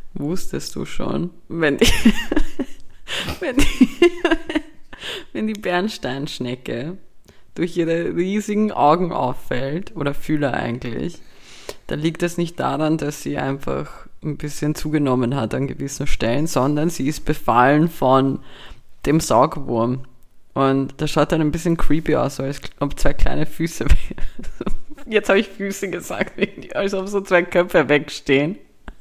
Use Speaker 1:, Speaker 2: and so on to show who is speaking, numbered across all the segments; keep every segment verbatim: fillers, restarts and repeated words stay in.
Speaker 1: wusstest du schon, wenn die, wenn die, wenn die Bernsteinschnecke durch ihre riesigen Augen auffällt, oder Fühler eigentlich, dann liegt das nicht daran, dass sie einfach ein bisschen zugenommen hat an gewissen Stellen, sondern sie ist befallen von dem Saugwurm. Und das schaut dann ein bisschen creepy aus, als ob zwei kleine Füße, jetzt habe ich Füße gesagt, als ob so zwei Köpfe wegstehen.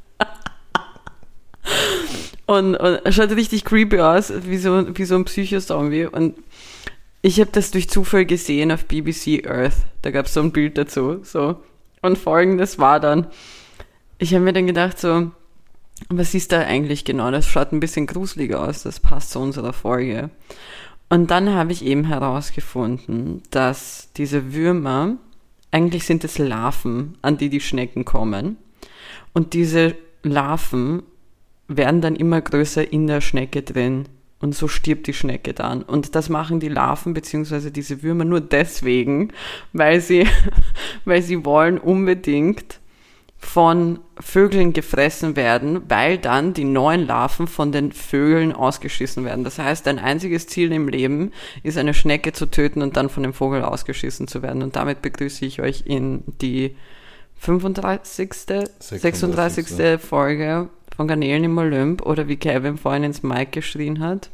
Speaker 1: Und, und es schaut richtig creepy aus, wie so, wie so ein Psycho-Zombie. Und ich habe das durch Zufall gesehen auf B B C Earth. Da gab es so ein Bild dazu. So. Und folgendes war dann, ich habe mir dann gedacht so, was ist da eigentlich genau? Das schaut ein bisschen gruseliger aus, das passt zu unserer Folge. Und dann habe ich eben herausgefunden, dass diese Würmer, eigentlich sind es Larven, an die die Schnecken kommen. Und diese Larven werden dann immer größer in der Schnecke drin. Und so stirbt die Schnecke dann. Und das machen die Larven bzw. diese Würmer nur deswegen, weil sie, weil sie wollen unbedingt von Vögeln gefressen werden, weil dann die neuen Larven von den Vögeln ausgeschissen werden. Das heißt, dein einziges Ziel im Leben ist, eine Schnecke zu töten und dann von dem Vogel ausgeschissen zu werden. Und damit begrüße ich euch in die fünfunddreißigste, sechsunddreißigste Folge von Garnelen im Olymp, oder wie Kevin vorhin ins Mic geschrien hat.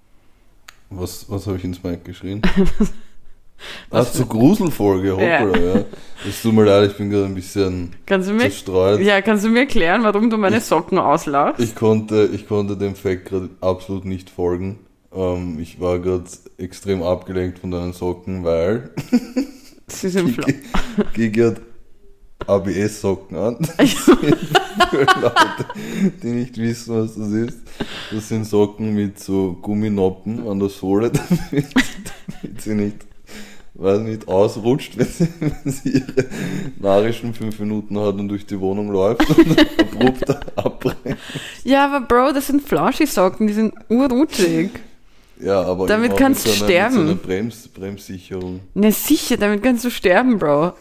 Speaker 2: Was, was habe ich ins Mic geschrien? Ach, zur Gruselfolge, hoppala, ja. ja. Es tut mir leid, ich bin gerade ein bisschen
Speaker 1: kannst du mir,
Speaker 2: zerstreut.
Speaker 1: Ja, kannst du mir erklären, warum du meine
Speaker 2: ich,
Speaker 1: Socken auslachst?
Speaker 2: Ich konnte, ich konnte dem Fact gerade absolut nicht folgen. Ähm, ich war gerade extrem abgelenkt von deinen Socken, weil
Speaker 1: sie sind
Speaker 2: Gigi, Gigi hat A B S-Socken an. Für Leute, die nicht wissen, was das ist. Das sind Socken mit so Gumminoppen an der Sohle, damit, damit sie nicht, weiß nicht, ausrutscht, wenn sie, wenn sie ihre narischen fünf Minuten hat und durch die Wohnung läuft und abrupt abbrennt.
Speaker 1: Ja, aber Bro, das sind Flauschi-Socken, die sind urrutschig.
Speaker 2: Ja, aber
Speaker 1: damit kannst du
Speaker 2: so
Speaker 1: sterben.
Speaker 2: Mit so einer Brems, Bremssicherung.
Speaker 1: Na sicher, damit kannst du sterben, Bro.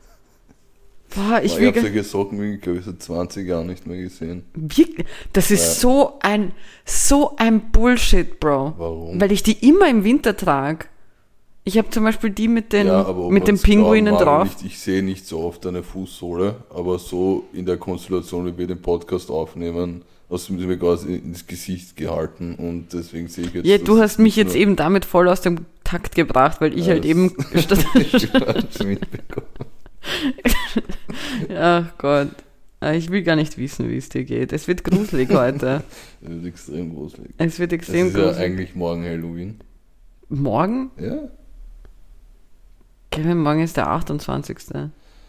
Speaker 1: Boah, ich
Speaker 2: ich habe solche Socken, glaube ich, seit zwanzig Jahren nicht mehr gesehen.
Speaker 1: Wirklich? Das ist ja. so ein so ein Bullshit, Bro.
Speaker 2: Warum?
Speaker 1: Weil ich die immer im Winter trage. Ich habe zum Beispiel die mit den,
Speaker 2: ja,
Speaker 1: mit den Pinguinen drauf.
Speaker 2: Nicht, ich sehe nicht so oft eine Fußsohle, aber so in der Konstellation, wie wir den Podcast aufnehmen, hast du mir quasi ins Gesicht gehalten und deswegen sehe ich jetzt...
Speaker 1: Ja, du hast mich jetzt eben damit voll aus dem Takt gebracht, weil ich ja, halt eben... ich hab's mitbekommen. Ach Gott. Ich will gar nicht wissen, wie es dir geht. Es wird gruselig heute.
Speaker 2: Es wird extrem gruselig.
Speaker 1: Es wird extrem
Speaker 2: gruselig. Es ist ja eigentlich morgen Halloween.
Speaker 1: Morgen?
Speaker 2: Ja.
Speaker 1: Kevin, morgen ist der achtundzwanzigste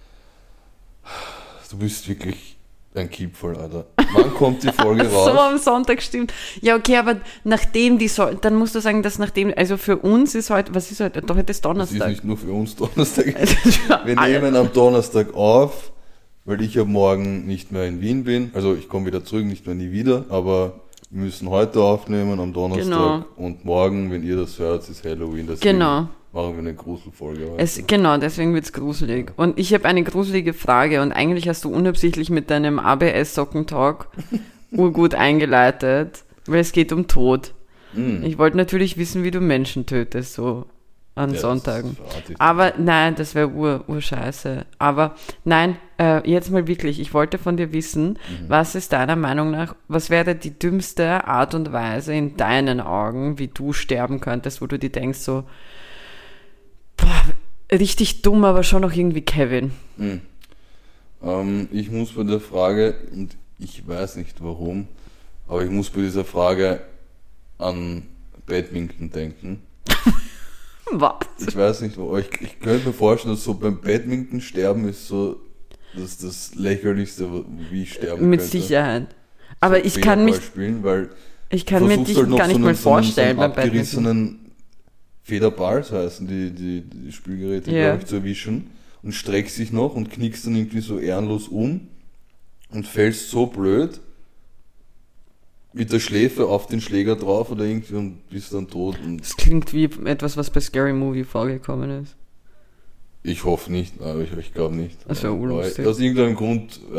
Speaker 2: Du bist wirklich ein Keepvoll, Alter. Wann kommt die Folge raus?
Speaker 1: So am Sonntag, stimmt. Ja, okay, aber nachdem die so, dann musst du sagen, dass nachdem, also für uns ist heute, was ist heute? Doch, heute ist Donnerstag.
Speaker 2: Das ist nicht nur für uns Donnerstag. Wir nehmen am Donnerstag auf, weil ich ja morgen nicht mehr in Wien bin. Also ich komme wieder zurück, nicht mehr nie wieder, aber wir müssen heute aufnehmen am Donnerstag
Speaker 1: genau.
Speaker 2: Und morgen, wenn ihr das hört, ist Halloween. Deswegen
Speaker 1: genau.
Speaker 2: Machen wir eine Gruselfolge heute.
Speaker 1: Es, genau, deswegen wird's gruselig. Und ich habe eine gruselige Frage und eigentlich hast du unabsichtlich mit deinem A B S-Sockentalk urgut eingeleitet, weil es geht um Tod. Mm. Ich wollte natürlich wissen, wie du Menschen tötest, so an ja, Sonntagen. Aber nein, das wäre ur, urscheiße. Aber nein, äh, jetzt mal wirklich, ich wollte von dir wissen, mhm. was ist deiner Meinung nach, was wäre die dümmste Art und Weise in deinen Augen, wie du sterben könntest, wo du dir denkst so, boah, richtig dumm, aber schon noch irgendwie Kevin.
Speaker 2: Mhm. Ähm, ich muss bei der Frage, und ich weiß nicht warum, aber ich muss bei dieser Frage an Badminton denken.
Speaker 1: Was?
Speaker 2: Ich weiß nicht, wo, ich, ich könnte mir vorstellen, dass so beim Badminton sterben ist so das, das lächerlichste, wie ich sterben
Speaker 1: Mit
Speaker 2: könnte.
Speaker 1: Mit Sicherheit. Aber
Speaker 2: so
Speaker 1: ich kann mich
Speaker 2: spielen, weil
Speaker 1: ich kann mir dich halt gar nicht so mal vorstellen
Speaker 2: so einen beim abgerissenen Federball, so heißen die, die, die Spielgeräte, yeah. glaube ich, zu erwischen und streckst dich noch und knickst dann irgendwie so ehrenlos um und fällst so blöd mit der Schläfe auf den Schläger drauf oder irgendwie und bist dann tot. Und
Speaker 1: das klingt wie etwas, was bei Scary Movie vorgekommen ist.
Speaker 2: Ich hoffe nicht, aber ich, ich glaube nicht.
Speaker 1: Das wäre urlustig.
Speaker 2: Aus irgendeinem Grund, ja,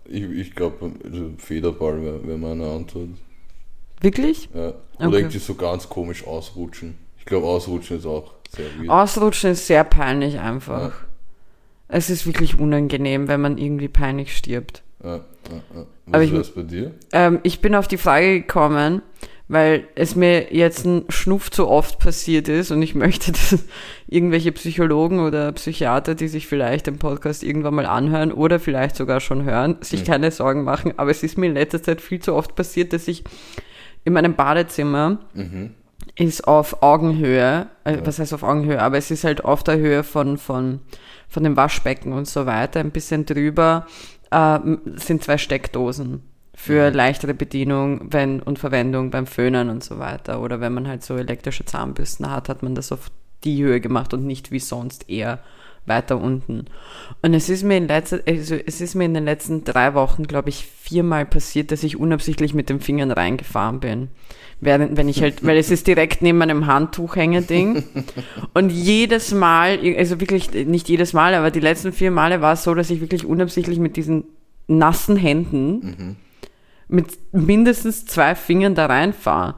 Speaker 2: ich, ich glaube, also Federball wäre wär meine Antwort.
Speaker 1: Wirklich?
Speaker 2: Ja. Oder
Speaker 1: Okay.
Speaker 2: irgendwie so ganz komisch ausrutschen. Ich glaube, ausrutschen ist auch sehr weird.
Speaker 1: Ausrutschen ist sehr peinlich einfach.
Speaker 2: Ja.
Speaker 1: Es ist wirklich unangenehm, wenn man irgendwie peinlich stirbt.
Speaker 2: Ja, ja, ja.
Speaker 1: Aber
Speaker 2: Was
Speaker 1: ich-
Speaker 2: wäre es bei dir?
Speaker 1: Ähm, ich bin auf die Frage gekommen, weil es mir jetzt ein Schnuff zu oft passiert ist und ich möchte, dass irgendwelche Psychologen oder Psychiater, die sich vielleicht den Podcast irgendwann mal anhören oder vielleicht sogar schon hören, sich
Speaker 2: Mhm.
Speaker 1: keine Sorgen machen. Aber es ist mir in letzter Zeit viel zu oft passiert, dass ich in meinem Badezimmer
Speaker 2: Mhm.
Speaker 1: ist auf Augenhöhe, äh, was heißt auf Augenhöhe, aber es ist halt auf der Höhe von, von, von dem Waschbecken und so weiter, ein bisschen drüber, äh, sind zwei Steckdosen für
Speaker 2: Mhm.
Speaker 1: leichtere Bedienung wenn, und Verwendung beim Föhnen und so weiter. Oder wenn man halt so elektrische Zahnbürsten hat, hat man das auf die Höhe gemacht und nicht wie sonst eher weiter unten. Und es ist mir in letzter, also es ist mir in den letzten drei Wochen, glaube ich, viermal passiert, dass ich unabsichtlich mit den Fingern reingefahren bin. Während, wenn ich halt, weil es ist direkt neben meinem Handtuchhängerding. Und jedes Mal, also wirklich nicht jedes Mal, aber die letzten vier Male war es so, dass ich wirklich unabsichtlich mit diesen nassen Händen
Speaker 2: Mhm.
Speaker 1: mit mindestens zwei Fingern da reinfahre.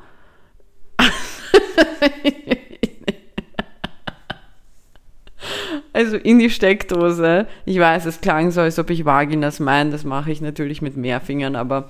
Speaker 1: Also in die Steckdose. Ich weiß, es klang so, als ob ich Vaginas meine. Das mache ich natürlich mit mehr Fingern, aber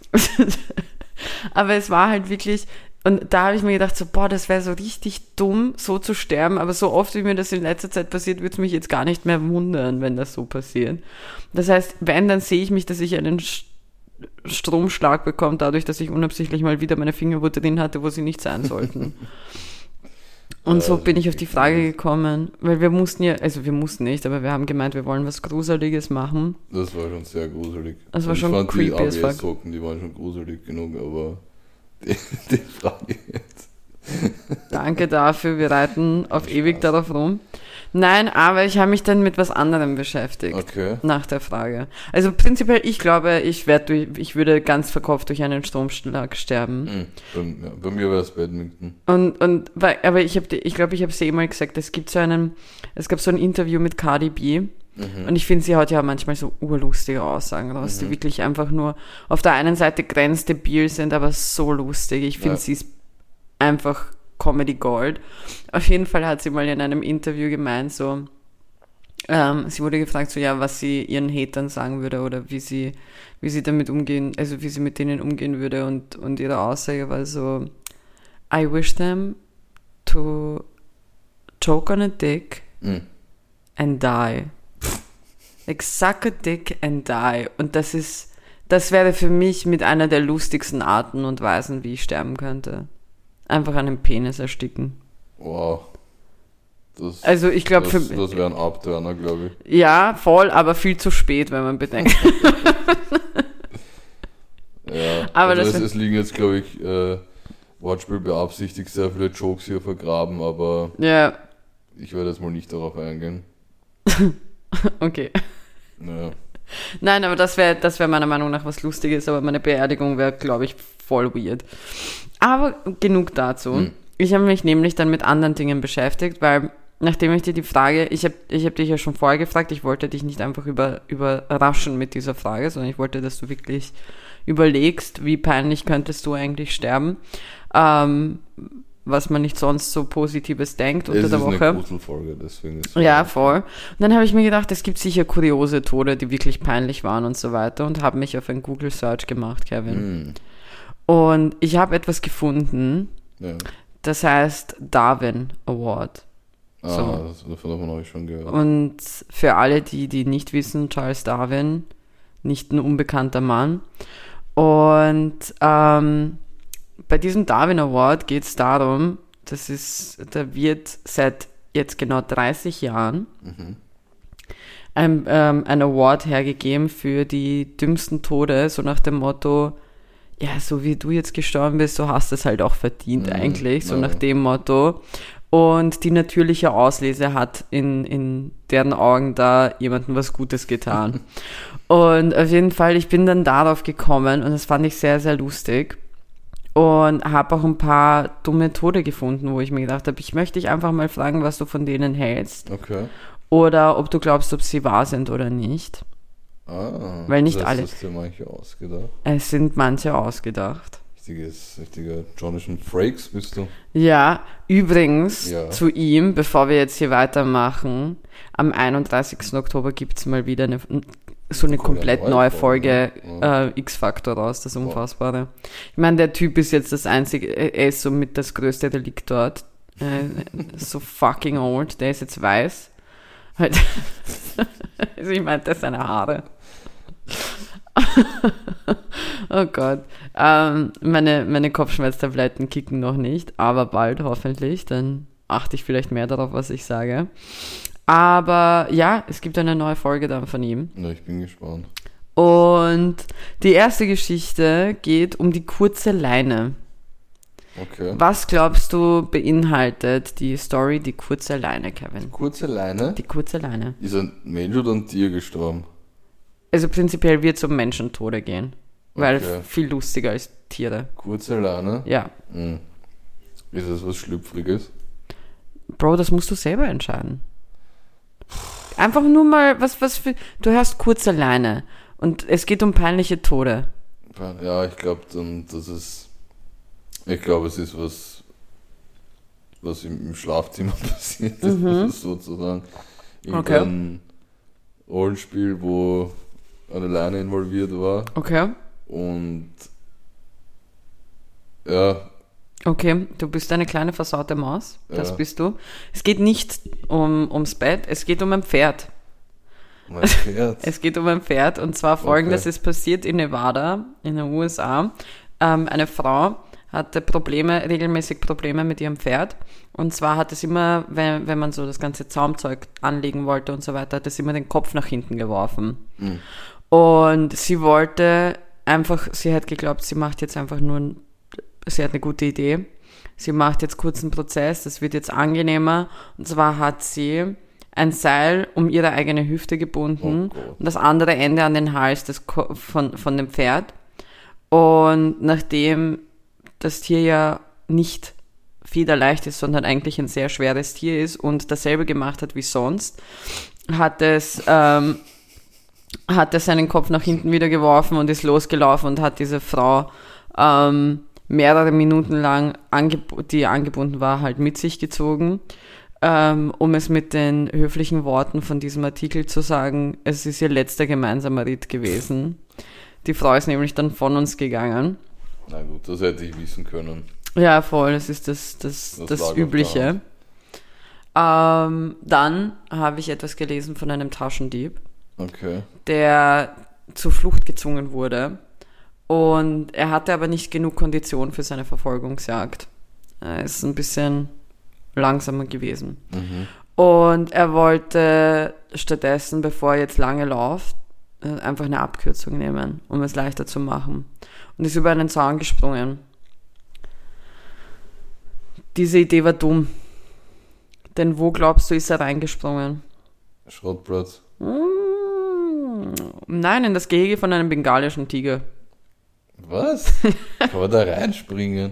Speaker 1: aber es war halt wirklich, und da habe ich mir gedacht, so, boah, das wäre so richtig dumm, so zu sterben, aber so oft, wie mir das in letzter Zeit passiert, würde es mich jetzt gar nicht mehr wundern, wenn das so passiert. Das heißt, wenn, dann sehe ich mich, dass ich einen Sch- Stromschlag bekomme, dadurch, dass ich unabsichtlich mal wieder meine Finger wo drin hatte, wo sie nicht sein sollten. Und
Speaker 2: Ja,
Speaker 1: so
Speaker 2: das
Speaker 1: bin
Speaker 2: ist
Speaker 1: ich auf die
Speaker 2: wirklich
Speaker 1: Frage
Speaker 2: nice.
Speaker 1: gekommen, weil wir mussten ja, also wir mussten nicht, aber wir haben gemeint, wir wollen was Gruseliges machen.
Speaker 2: Das war schon sehr gruselig.
Speaker 1: Das war
Speaker 2: Und
Speaker 1: schon
Speaker 2: ich fand
Speaker 1: creepy
Speaker 2: die
Speaker 1: as fuck.
Speaker 2: A B S-Socken, die waren schon gruselig genug, aber die, die Frage jetzt.
Speaker 1: Danke dafür, wir reiten auf
Speaker 2: Spaß.
Speaker 1: ewig darauf rum. Nein, aber ich habe mich dann mit was anderem beschäftigt.
Speaker 2: Okay.
Speaker 1: Nach der Frage. Also prinzipiell, ich glaube, ich werde durch, ich würde ganz verkopft durch einen Stromschlag sterben.
Speaker 2: Mhm. Bei, ja, bei mir war es Badminton.
Speaker 1: Und, und, weil- aber ich habe, ich glaube, ich habe es eh mal gesagt, es gibt so einen, es gab so ein Interview mit Cardi B.
Speaker 2: Mhm.
Speaker 1: Und ich finde, sie hat ja manchmal so urlustige Aussagen raus, die wirklich einfach nur auf der einen Seite grenzdebil sind, aber so lustig. Ich finde,
Speaker 2: Ja.
Speaker 1: sie ist einfach Comedy Gold. Auf jeden Fall hat sie mal in einem Interview gemeint, so, ähm, sie wurde gefragt, so, ja, was sie ihren Hatern sagen würde oder wie sie, wie sie damit umgehen, also wie sie mit denen umgehen würde, und, und ihre Aussage war so, I wish them to choke on a dick
Speaker 2: Mhm.
Speaker 1: and die. Like, suck a dick and die. Und das ist, das wäre für mich mit einer der lustigsten Arten und Weisen, wie ich sterben könnte. Einfach einen Penis ersticken.
Speaker 2: Wow. Das,
Speaker 1: Also ich glaube,
Speaker 2: das,
Speaker 1: für
Speaker 2: das wäre ein Abturner, glaube ich.
Speaker 1: ja, voll, aber viel zu spät, wenn man bedenkt.
Speaker 2: Ja,
Speaker 1: Aber
Speaker 2: also
Speaker 1: das
Speaker 2: es,
Speaker 1: sind-
Speaker 2: es liegen jetzt, glaube ich, äh, Wortspiel beabsichtigt sehr viele Jokes hier vergraben, aber
Speaker 1: Ja,
Speaker 2: ich werde jetzt mal nicht darauf eingehen.
Speaker 1: okay.
Speaker 2: Naja.
Speaker 1: Nein, aber das wäre das wär meiner Meinung nach was Lustiges, aber meine Beerdigung wäre, glaube ich, voll weird. Aber genug dazu.
Speaker 2: Hm.
Speaker 1: Ich habe mich nämlich dann mit anderen Dingen beschäftigt, weil nachdem ich dir die Frage, ich habe ich hab dich ja schon vorher gefragt, ich wollte dich nicht einfach über, überraschen mit dieser Frage, sondern ich wollte, dass du wirklich überlegst, wie peinlich könntest du eigentlich sterben, ähm, was man nicht sonst so Positives denkt unter
Speaker 2: Es
Speaker 1: der
Speaker 2: ist
Speaker 1: Woche.
Speaker 2: eine Gruselfolge, deswegen ist
Speaker 1: Ja, voll. Und dann habe ich mir gedacht, es gibt sicher kuriose Tode, die wirklich peinlich waren und so weiter, und habe mich auf ein Google Search gemacht, Kevin.
Speaker 2: Hm.
Speaker 1: Und ich habe etwas gefunden,
Speaker 2: Ja.
Speaker 1: das heißt Darwin Award.
Speaker 2: Ah,
Speaker 1: So.
Speaker 2: das, davon habe ich schon gehört.
Speaker 1: Und für alle, die, die nicht wissen, Charles Darwin, nicht ein unbekannter Mann. Und ähm, bei diesem Darwin Award geht es darum, das ist, da wird seit jetzt genau dreißig Jahren
Speaker 2: Mhm.
Speaker 1: ein, ähm, ein Award hergegeben für die dümmsten Tode, so nach dem Motto, ja, so wie du jetzt gestorben bist, so hast du es halt auch verdient
Speaker 2: Mhm,
Speaker 1: eigentlich, so
Speaker 2: ja.
Speaker 1: nach dem Motto. Und die natürliche Auslese hat in, in deren Augen da jemandem was Gutes getan. Und auf jeden Fall, ich bin dann darauf gekommen und das fand ich sehr, sehr lustig. Und habe auch ein paar dumme Tode gefunden, wo ich mir gedacht habe, ich möchte dich einfach mal fragen, was du von denen hältst.
Speaker 2: Okay.
Speaker 1: Oder ob du glaubst, ob sie wahr sind oder nicht.
Speaker 2: Ah,
Speaker 1: Weil nicht
Speaker 2: das heißt,
Speaker 1: alle.
Speaker 2: hast du ja manche ausgedacht.
Speaker 1: Es sind manche ausgedacht.
Speaker 2: Richtiges, richtiger Jonathan Frakes bist du.
Speaker 1: Ja, übrigens
Speaker 2: Ja.
Speaker 1: zu ihm, bevor wir jetzt hier weitermachen, am einunddreißigsten Oktober gibt es mal wieder eine, so eine
Speaker 2: Cool,
Speaker 1: komplett
Speaker 2: eine
Speaker 1: neue
Speaker 2: neue
Speaker 1: Folge
Speaker 2: Folge, ja.
Speaker 1: äh, X-Factor raus, das Unfassbare. Ich meine, der Typ ist jetzt das einzige, er ist somit das größte Relikt dort. Äh, so fucking old, der ist jetzt weiß. Halt. Also ich meinte seine Haare. Oh Gott. Ähm, meine, meine Kopfschmerztabletten kicken noch nicht, aber bald hoffentlich. Dann achte ich vielleicht mehr darauf, was ich sage. Aber ja, es gibt eine neue Folge dann von ihm.
Speaker 2: Ja, ich bin gespannt.
Speaker 1: Und die erste Geschichte geht um die kurze Leine.
Speaker 2: Okay.
Speaker 1: Was glaubst du beinhaltet die Story Die kurze Leine, Kevin?
Speaker 2: Kurze Leine.
Speaker 1: Die kurze Leine.
Speaker 2: Ist ein Mensch oder ein Tier gestorben?
Speaker 1: Also prinzipiell wird es um Menschentode gehen. Weil
Speaker 2: Okay.
Speaker 1: viel lustiger als Tiere.
Speaker 2: Kurze Leine?
Speaker 1: Ja.
Speaker 2: Hm. Ist das was Schlüpfriges?
Speaker 1: Bro, das musst du selber entscheiden. Einfach nur mal, was, was für. Du hörst kurze Leine. Und es geht um peinliche Tode.
Speaker 2: Ja, ich glaube dann, dass es. Ich glaube, es ist was, was im, im Schlafzimmer passiert ist,
Speaker 1: Mhm.
Speaker 2: sozusagen.
Speaker 1: Okay.
Speaker 2: Irgendein Rollenspiel, wo eine Leine involviert war.
Speaker 1: Okay.
Speaker 2: Und ja,
Speaker 1: Okay, du bist eine kleine versaute Maus. Das
Speaker 2: Ja.
Speaker 1: bist du. Es geht nicht um, ums Bett, es geht um ein Pferd.
Speaker 2: mein Pferd.
Speaker 1: Es geht um ein Pferd und zwar folgendes
Speaker 2: Okay.
Speaker 1: ist passiert in Nevada, in den U S A. Ähm, eine Frau hatte Probleme, regelmäßig Probleme mit ihrem Pferd. Und zwar hat es immer, wenn, wenn man so das ganze Zaumzeug anlegen wollte und so weiter, hat es immer den Kopf nach hinten geworfen.
Speaker 2: Mhm.
Speaker 1: Und sie wollte einfach, sie hat geglaubt, sie macht jetzt einfach nur, ein, sie hat eine gute Idee. Sie macht jetzt kurz einen Prozess, das wird jetzt angenehmer. Und zwar hat sie ein Seil um ihre eigene Hüfte gebunden
Speaker 2: Oh Gott.
Speaker 1: und das andere Ende an den Hals des Ko- von, von dem Pferd. Und nachdem das Tier ja nicht federleicht ist, sondern eigentlich ein sehr schweres Tier ist und dasselbe gemacht hat wie sonst, hat es, ähm, hat er seinen Kopf nach hinten wieder geworfen und ist losgelaufen und hat diese Frau ähm, mehrere Minuten lang, angeb- die angebunden war, halt mit sich gezogen. Ähm, um es mit den höflichen Worten von diesem Artikel zu sagen, es ist ihr letzter gemeinsamer Ritt gewesen. Die Frau ist nämlich dann von uns gegangen.
Speaker 2: Na gut, das hätte ich wissen können.
Speaker 1: Ja, voll, das ist das, das,
Speaker 2: Das
Speaker 1: das,
Speaker 2: lag auf
Speaker 1: Übliche. Ähm, dann habe ich etwas gelesen von einem Taschendieb,
Speaker 2: Okay.
Speaker 1: der zur Flucht gezwungen wurde. Und er hatte aber nicht genug Kondition für seine Verfolgungsjagd. Er ist ein bisschen langsamer gewesen.
Speaker 2: Mhm.
Speaker 1: Und er wollte stattdessen, bevor er jetzt lange läuft, äh, einfach eine Abkürzung nehmen, um es leichter zu machen. Und ist über einen Zaun gesprungen. Diese Idee war dumm. Denn wo glaubst du, ist er reingesprungen?
Speaker 2: Schrottplatz.
Speaker 1: Mm, nein, in das Gehege von einem bengalischen Tiger.
Speaker 2: Was? Kann man da reinspringen?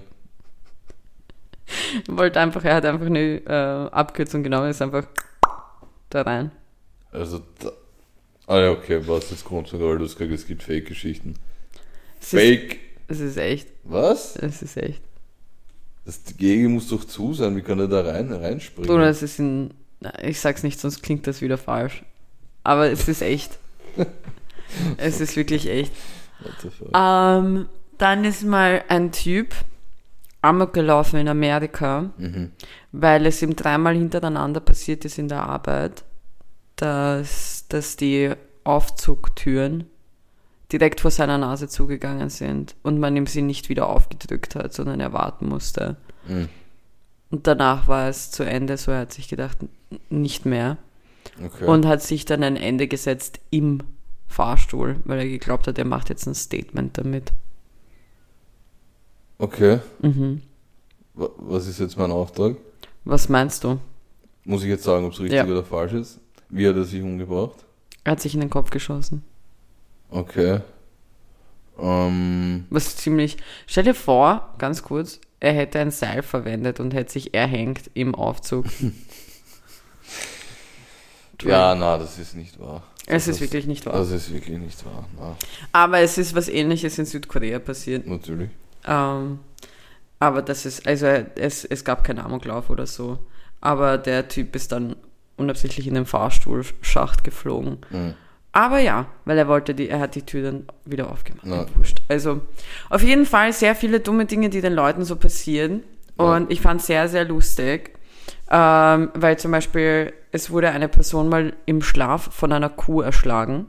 Speaker 1: Er wollte einfach, er hat einfach eine äh, Abkürzung genommen, ist einfach da rein.
Speaker 2: Also, da, ah ja, okay, was jetzt kommt sogar, weil du hast gesagt, es gibt Fake-Geschichten.
Speaker 1: Es
Speaker 2: Fake?
Speaker 1: Ist, es ist echt,
Speaker 2: Was?
Speaker 1: es ist echt.
Speaker 2: Das Gehege muss doch zu sein, wie kann er da rein, reinspringen?
Speaker 1: Bruder, es ist in, ich sag's nicht, sonst klingt das wieder falsch. Aber es ist echt. Es ist wirklich echt.
Speaker 2: What the fuck?
Speaker 1: Ähm, dann ist mal ein Typ amok gelaufen in Amerika,
Speaker 2: Mhm.
Speaker 1: weil es ihm dreimal hintereinander passiert ist in der Arbeit, dass, dass die Aufzugtüren direkt vor seiner Nase zugegangen sind und man ihm sie nicht wieder aufgedrückt hat, sondern er warten musste.
Speaker 2: Mhm.
Speaker 1: Und danach war es zu Ende, so er hat sich gedacht, n- nicht mehr.
Speaker 2: Okay.
Speaker 1: Und hat sich dann ein Ende gesetzt im Fahrstuhl, weil er geglaubt hat, er macht jetzt ein Statement damit.
Speaker 2: okay.
Speaker 1: Mhm.
Speaker 2: Wa- Was ist jetzt mein Auftrag?
Speaker 1: Was meinst du?
Speaker 2: Muss ich jetzt sagen, ob es richtig
Speaker 1: Ja.
Speaker 2: oder falsch ist? Wie hat er sich umgebracht?
Speaker 1: Er hat sich in den Kopf geschossen.
Speaker 2: Okay. Ähm,
Speaker 1: Was ziemlich... Stell dir vor, ganz kurz, er hätte ein Seil verwendet und hätte sich erhängt im Aufzug.
Speaker 2: ja, na, das ist nicht wahr.
Speaker 1: Es ist wirklich nicht wahr.
Speaker 2: Das ist wirklich nicht wahr. Na,
Speaker 1: Aber es ist was Ähnliches in Südkorea passiert.
Speaker 2: natürlich.
Speaker 1: Ähm, aber das ist, also es, es gab keinen Amoklauf oder so. Aber der Typ ist dann unabsichtlich in den Fahrstuhlschacht geflogen.
Speaker 2: Mhm.
Speaker 1: Aber ja, weil er wollte die, er hat die Tür dann wieder aufgemacht.
Speaker 2: Na.
Speaker 1: Wurscht. Also auf jeden Fall sehr viele dumme Dinge, die den Leuten so passieren. Und
Speaker 2: Ja.
Speaker 1: ich fand es sehr, sehr lustig. Ähm, weil zum Beispiel, es wurde eine Person mal im Schlaf von einer Kuh erschlagen.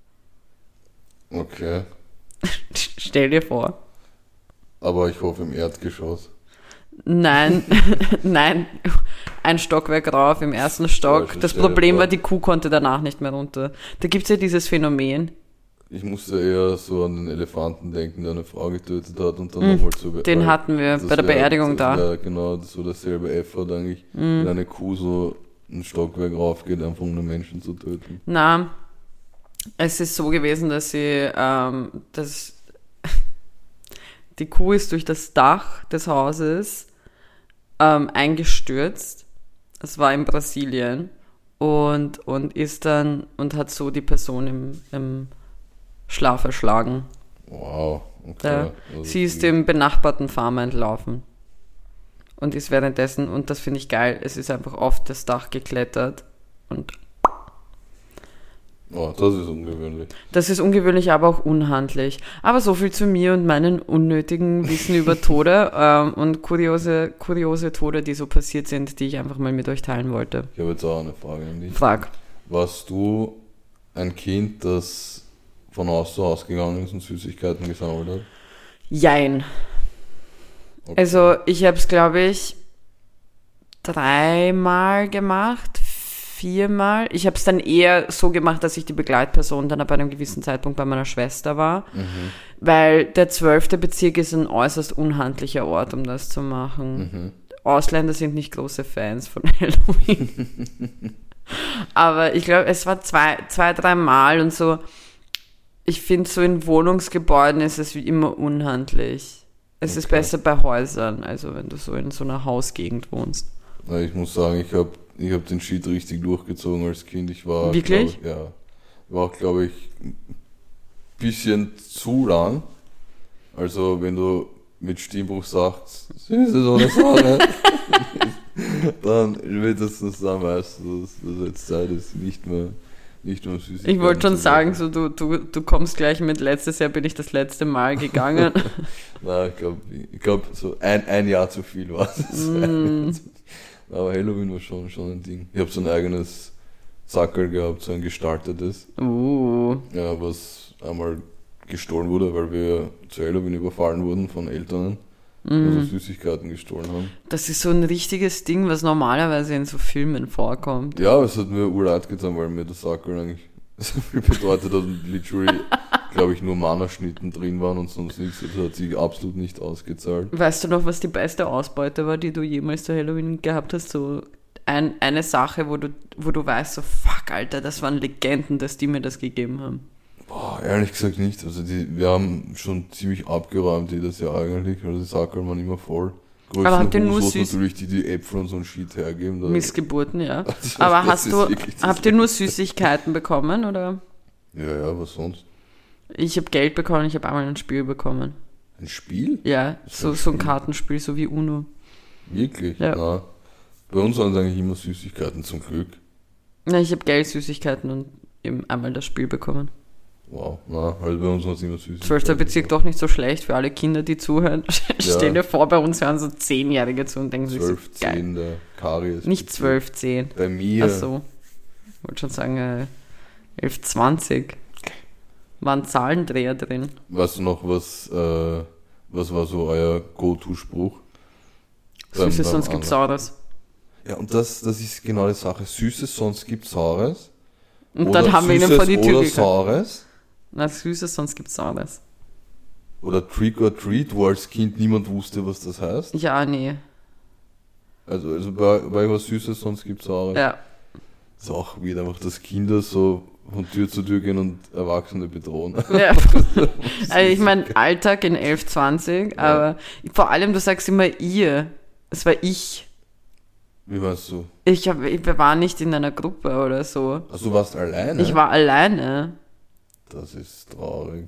Speaker 2: Okay.
Speaker 1: Stell dir vor.
Speaker 2: Aber ich hoffe im Erdgeschoss.
Speaker 1: Nein, nein, ein Stockwerk rauf im ersten Stock.
Speaker 2: Ja,
Speaker 1: Das
Speaker 2: stell dir
Speaker 1: Problem
Speaker 2: vor.
Speaker 1: war, die Kuh konnte danach nicht mehr runter. Da gibt es ja dieses Phänomen.
Speaker 2: Ich musste eher so an den Elefanten denken, der eine Frau getötet hat und dann nochmal zu be-
Speaker 1: Den
Speaker 2: weil
Speaker 1: hatten wir
Speaker 2: das
Speaker 1: bei der
Speaker 2: wär-
Speaker 1: Beerdigung
Speaker 2: das
Speaker 1: da.
Speaker 2: wär genau, das war derselbe Effort eigentlich, wenn eine Kuh so ein Stockwerk raufgeht, einfach um einen Menschen zu töten.
Speaker 1: Na, es ist so gewesen, dass sie, ähm, dass die Kuh ist durch das Dach des Hauses ähm, eingestürzt. Es war in Brasilien und, und ist dann und hat so die Person im, im Schlaf erschlagen.
Speaker 2: Wow, okay.
Speaker 1: Ja.
Speaker 2: Also
Speaker 1: Sie ist
Speaker 2: die-
Speaker 1: dem benachbarten Farmer entlaufen und ist währenddessen, und das finde ich geil, es ist einfach auf das Dach geklettert und
Speaker 2: Oh, das ist ungewöhnlich.
Speaker 1: das ist ungewöhnlich, aber auch unhandlich. Aber so viel zu mir und meinen unnötigen Wissen über Tode ähm, und kuriose, kuriose Tode, die so passiert sind, die ich einfach mal mit euch teilen wollte.
Speaker 2: Ich habe jetzt auch eine Frage an dich.
Speaker 1: Frag.
Speaker 2: Warst du ein Kind, das von Haus zu Haus gegangen ist und Süßigkeiten gesammelt hat?
Speaker 1: Jein.
Speaker 2: Okay.
Speaker 1: Also ich habe es, glaube ich, dreimal gemacht, viermal. Ich habe es dann eher so gemacht, dass ich die Begleitperson dann ab einem gewissen Zeitpunkt bei meiner Schwester war,
Speaker 2: Mhm.
Speaker 1: weil der zwölfte Bezirk ist ein äußerst unhandlicher Ort, um das zu machen.
Speaker 2: Mhm.
Speaker 1: Ausländer sind nicht große Fans von Halloween. Aber ich glaube, es war zwei, zwei, drei Mal und so. Ich finde, so in Wohnungsgebäuden ist es wie immer unhandlich. Es ist
Speaker 2: Okay.
Speaker 1: besser bei Häusern, also wenn du so in so einer Hausgegend wohnst.
Speaker 2: Na, ich muss sagen, ich habe ich hab den Shit richtig durchgezogen als Kind. Ich war,
Speaker 1: Wirklich?
Speaker 2: Glaub, ja, war auch, glaube ich, ein bisschen zu lang. Also, wenn du mit Stimmbruch sagst, Süßes oder Saure, dann spätestens dann weißt du, dass das jetzt Zeit ist, nicht mehr, nicht mehr Süßigkeiten
Speaker 1: Ich wollte schon
Speaker 2: zu
Speaker 1: sagen,
Speaker 2: machen.
Speaker 1: so du, du, du kommst gleich mit, letztes Jahr bin ich das letzte Mal gegangen.
Speaker 2: Nein, ich glaube, ich glaub, so ein, ein Jahr zu viel war es.
Speaker 1: Mm.
Speaker 2: Aber Halloween war schon, schon ein Ding. Ich habe so ein eigenes Sackerl gehabt, so ein gestaltetes,
Speaker 1: Uh,
Speaker 2: ja, was einmal gestohlen wurde, weil wir zu Halloween überfallen wurden von Eltern,
Speaker 1: Mhm.
Speaker 2: also Süßigkeiten gestohlen haben.
Speaker 1: das ist so ein richtiges Ding, was normalerweise in so Filmen vorkommt.
Speaker 2: Ja, aber es hat mir urleid getan, weil mir das Sackerl eigentlich so viel bedeutet hat und literally, glaube ich, nur Mana-Schnitten drin waren und sonst nichts. Das hat sich absolut nicht ausgezahlt.
Speaker 1: Weißt du noch, was die beste Ausbeute war, die du jemals zu Halloween gehabt hast? So ein, eine Sache, wo du, wo du weißt, so fuck, Alter, das waren Legenden, dass die mir das gegeben haben.
Speaker 2: Boah, ehrlich gesagt nicht. Also die, wir haben schon ziemlich abgeräumt jedes Jahr eigentlich. Also die Sackerl waren immer voll. Größten
Speaker 1: Aber habt ihr nur
Speaker 2: Huslos
Speaker 1: süß-
Speaker 2: natürlich, die die Äpfel und so ein Shit hergeben. Da-
Speaker 1: Missgeburten, ja.
Speaker 2: Das-
Speaker 1: Aber
Speaker 2: das
Speaker 1: hast
Speaker 2: ist
Speaker 1: du,
Speaker 2: wirklich das
Speaker 1: habt ihr nur Süßigkeiten bekommen, oder?
Speaker 2: Ja, ja, was sonst?
Speaker 1: Ich habe Geld bekommen, ich habe einmal ein Spiel bekommen.
Speaker 2: Ein Spiel?
Speaker 1: Ja,
Speaker 2: ist
Speaker 1: so,
Speaker 2: ein
Speaker 1: so ein
Speaker 2: Spiel.
Speaker 1: Kartenspiel, so wie Uno.
Speaker 2: Wirklich?
Speaker 1: Ja.
Speaker 2: Na, bei uns waren es eigentlich immer Süßigkeiten zum Glück.
Speaker 1: Na, ich habe Geld, Süßigkeiten und eben einmal das Spiel bekommen.
Speaker 2: Wow, na, halt bei uns waren es immer Süßigkeiten.
Speaker 1: Zwölfter Bezirk doch nicht so schlecht für alle Kinder, die zuhören. Stell dir vor, bei uns hören so Zehnjährige zu und denken sich so,
Speaker 2: zwölf,
Speaker 1: geil.
Speaker 2: zehn, der Karies.
Speaker 1: Nicht zwölf, zehn.
Speaker 2: Bei mir.
Speaker 1: Ach so. Ich wollte schon sagen, äh, elf, zwanzig. Waren Zahlendreher drin.
Speaker 2: Weißt du noch, was, äh, was war so euer Go-To-Spruch? Beim-
Speaker 1: Süßes,
Speaker 2: beim
Speaker 1: sonst gibt's
Speaker 2: anderen.
Speaker 1: Saures.
Speaker 2: Ja, und das, das ist genau die Sache. Süßes, sonst gibt's Saures.
Speaker 1: Und
Speaker 2: Oder
Speaker 1: dann haben wir ihnen
Speaker 2: Süßes
Speaker 1: vor die Tür
Speaker 2: oder
Speaker 1: gegangen.
Speaker 2: Saures.
Speaker 1: Na, Süßes, sonst gibt's Saures.
Speaker 2: Oder Trick or Treat, wo als Kind niemand wusste, was das heißt.
Speaker 1: Ja, nee.
Speaker 2: Also, also bei, bei was Süßes, sonst gibt's Saures.
Speaker 1: Ja.
Speaker 2: Ist auch weird, einfach, dass Kinder so von Tür zu Tür gehen und Erwachsene bedrohen.
Speaker 1: Ja. Also ich meine, Alltag in elf, zwanzig, aber vor allem, du sagst immer ihr. Es war ich.
Speaker 2: Wie meinst du?
Speaker 1: Ich, hab, ich war nicht in einer Gruppe oder so.
Speaker 2: Also du warst alleine?
Speaker 1: Ich war alleine.
Speaker 2: Das ist traurig.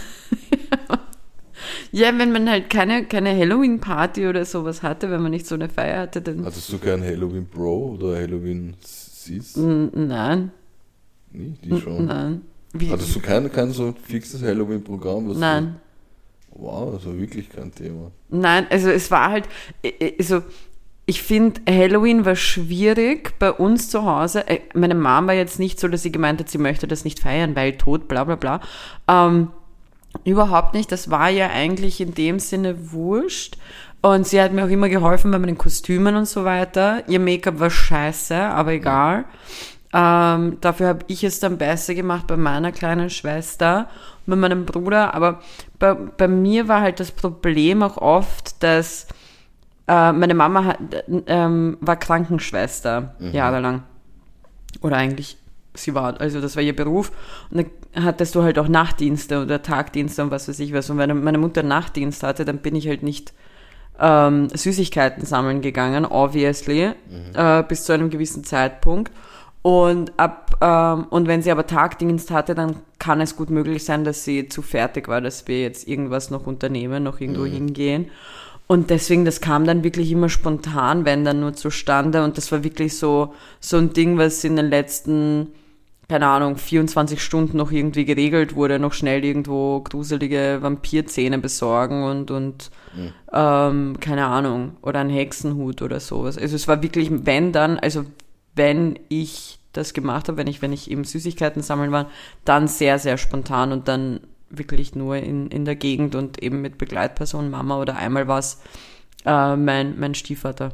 Speaker 1: Ja, wenn man halt keine, keine Halloween-Party oder sowas hatte, wenn man nicht so eine Feier hatte, dann...
Speaker 2: Hattest du kein Halloween Pro oder Halloween Sis?
Speaker 1: N- Nein.
Speaker 2: Nie, die schon.
Speaker 1: Nein. Wie?
Speaker 2: Hattest du kein, kein so fixes Halloween-Programm? was
Speaker 1: Nein.
Speaker 2: Du, wow, das war wirklich kein Thema.
Speaker 1: Nein, also es war halt... Also ich finde, Halloween war schwierig bei uns zu Hause. Meine Mom war jetzt nicht so, dass sie gemeint hat, sie möchte das nicht feiern, weil tot, bla bla bla. Ähm... Überhaupt nicht, das war ja eigentlich in dem Sinne wurscht. Und sie hat mir auch immer geholfen bei meinen Kostümen und so weiter. Ihr Make-up war scheiße, aber egal. Ähm, dafür habe ich es dann besser gemacht bei meiner kleinen Schwester und bei meinem Bruder. Aber bei, bei mir war halt das Problem auch oft, dass äh, meine Mama hat, ähm, war Krankenschwester mhm. jahrelang. Oder eigentlich sie war, also das war ihr Beruf. Und dann hattest du halt auch Nachtdienste oder Tagdienste und was weiß ich was. Und wenn meine Mutter Nachtdienst hatte, dann bin ich halt nicht ähm, Süßigkeiten sammeln gegangen, obviously, mhm. äh, bis zu einem gewissen Zeitpunkt. Und ab ähm, und wenn sie aber Tagdienst hatte, dann kann es gut möglich sein, dass sie zu fertig war, dass wir jetzt irgendwas noch unternehmen, noch irgendwo mhm. hingehen. Und deswegen, das kam dann wirklich immer spontan, wenn dann nur zustande. Und das war wirklich so so ein Ding, was in den letzten, keine Ahnung, vierundzwanzig Stunden noch irgendwie geregelt wurde, noch schnell irgendwo gruselige Vampirzähne besorgen und, und mhm. ähm, keine Ahnung, oder einen Hexenhut oder sowas. Also es war wirklich, wenn dann, also wenn ich das gemacht habe, wenn ich, wenn ich eben Süßigkeiten sammeln war, dann sehr, sehr spontan und dann wirklich nur in, in der Gegend und eben mit Begleitperson, Mama oder einmal war es äh, mein, mein Stiefvater.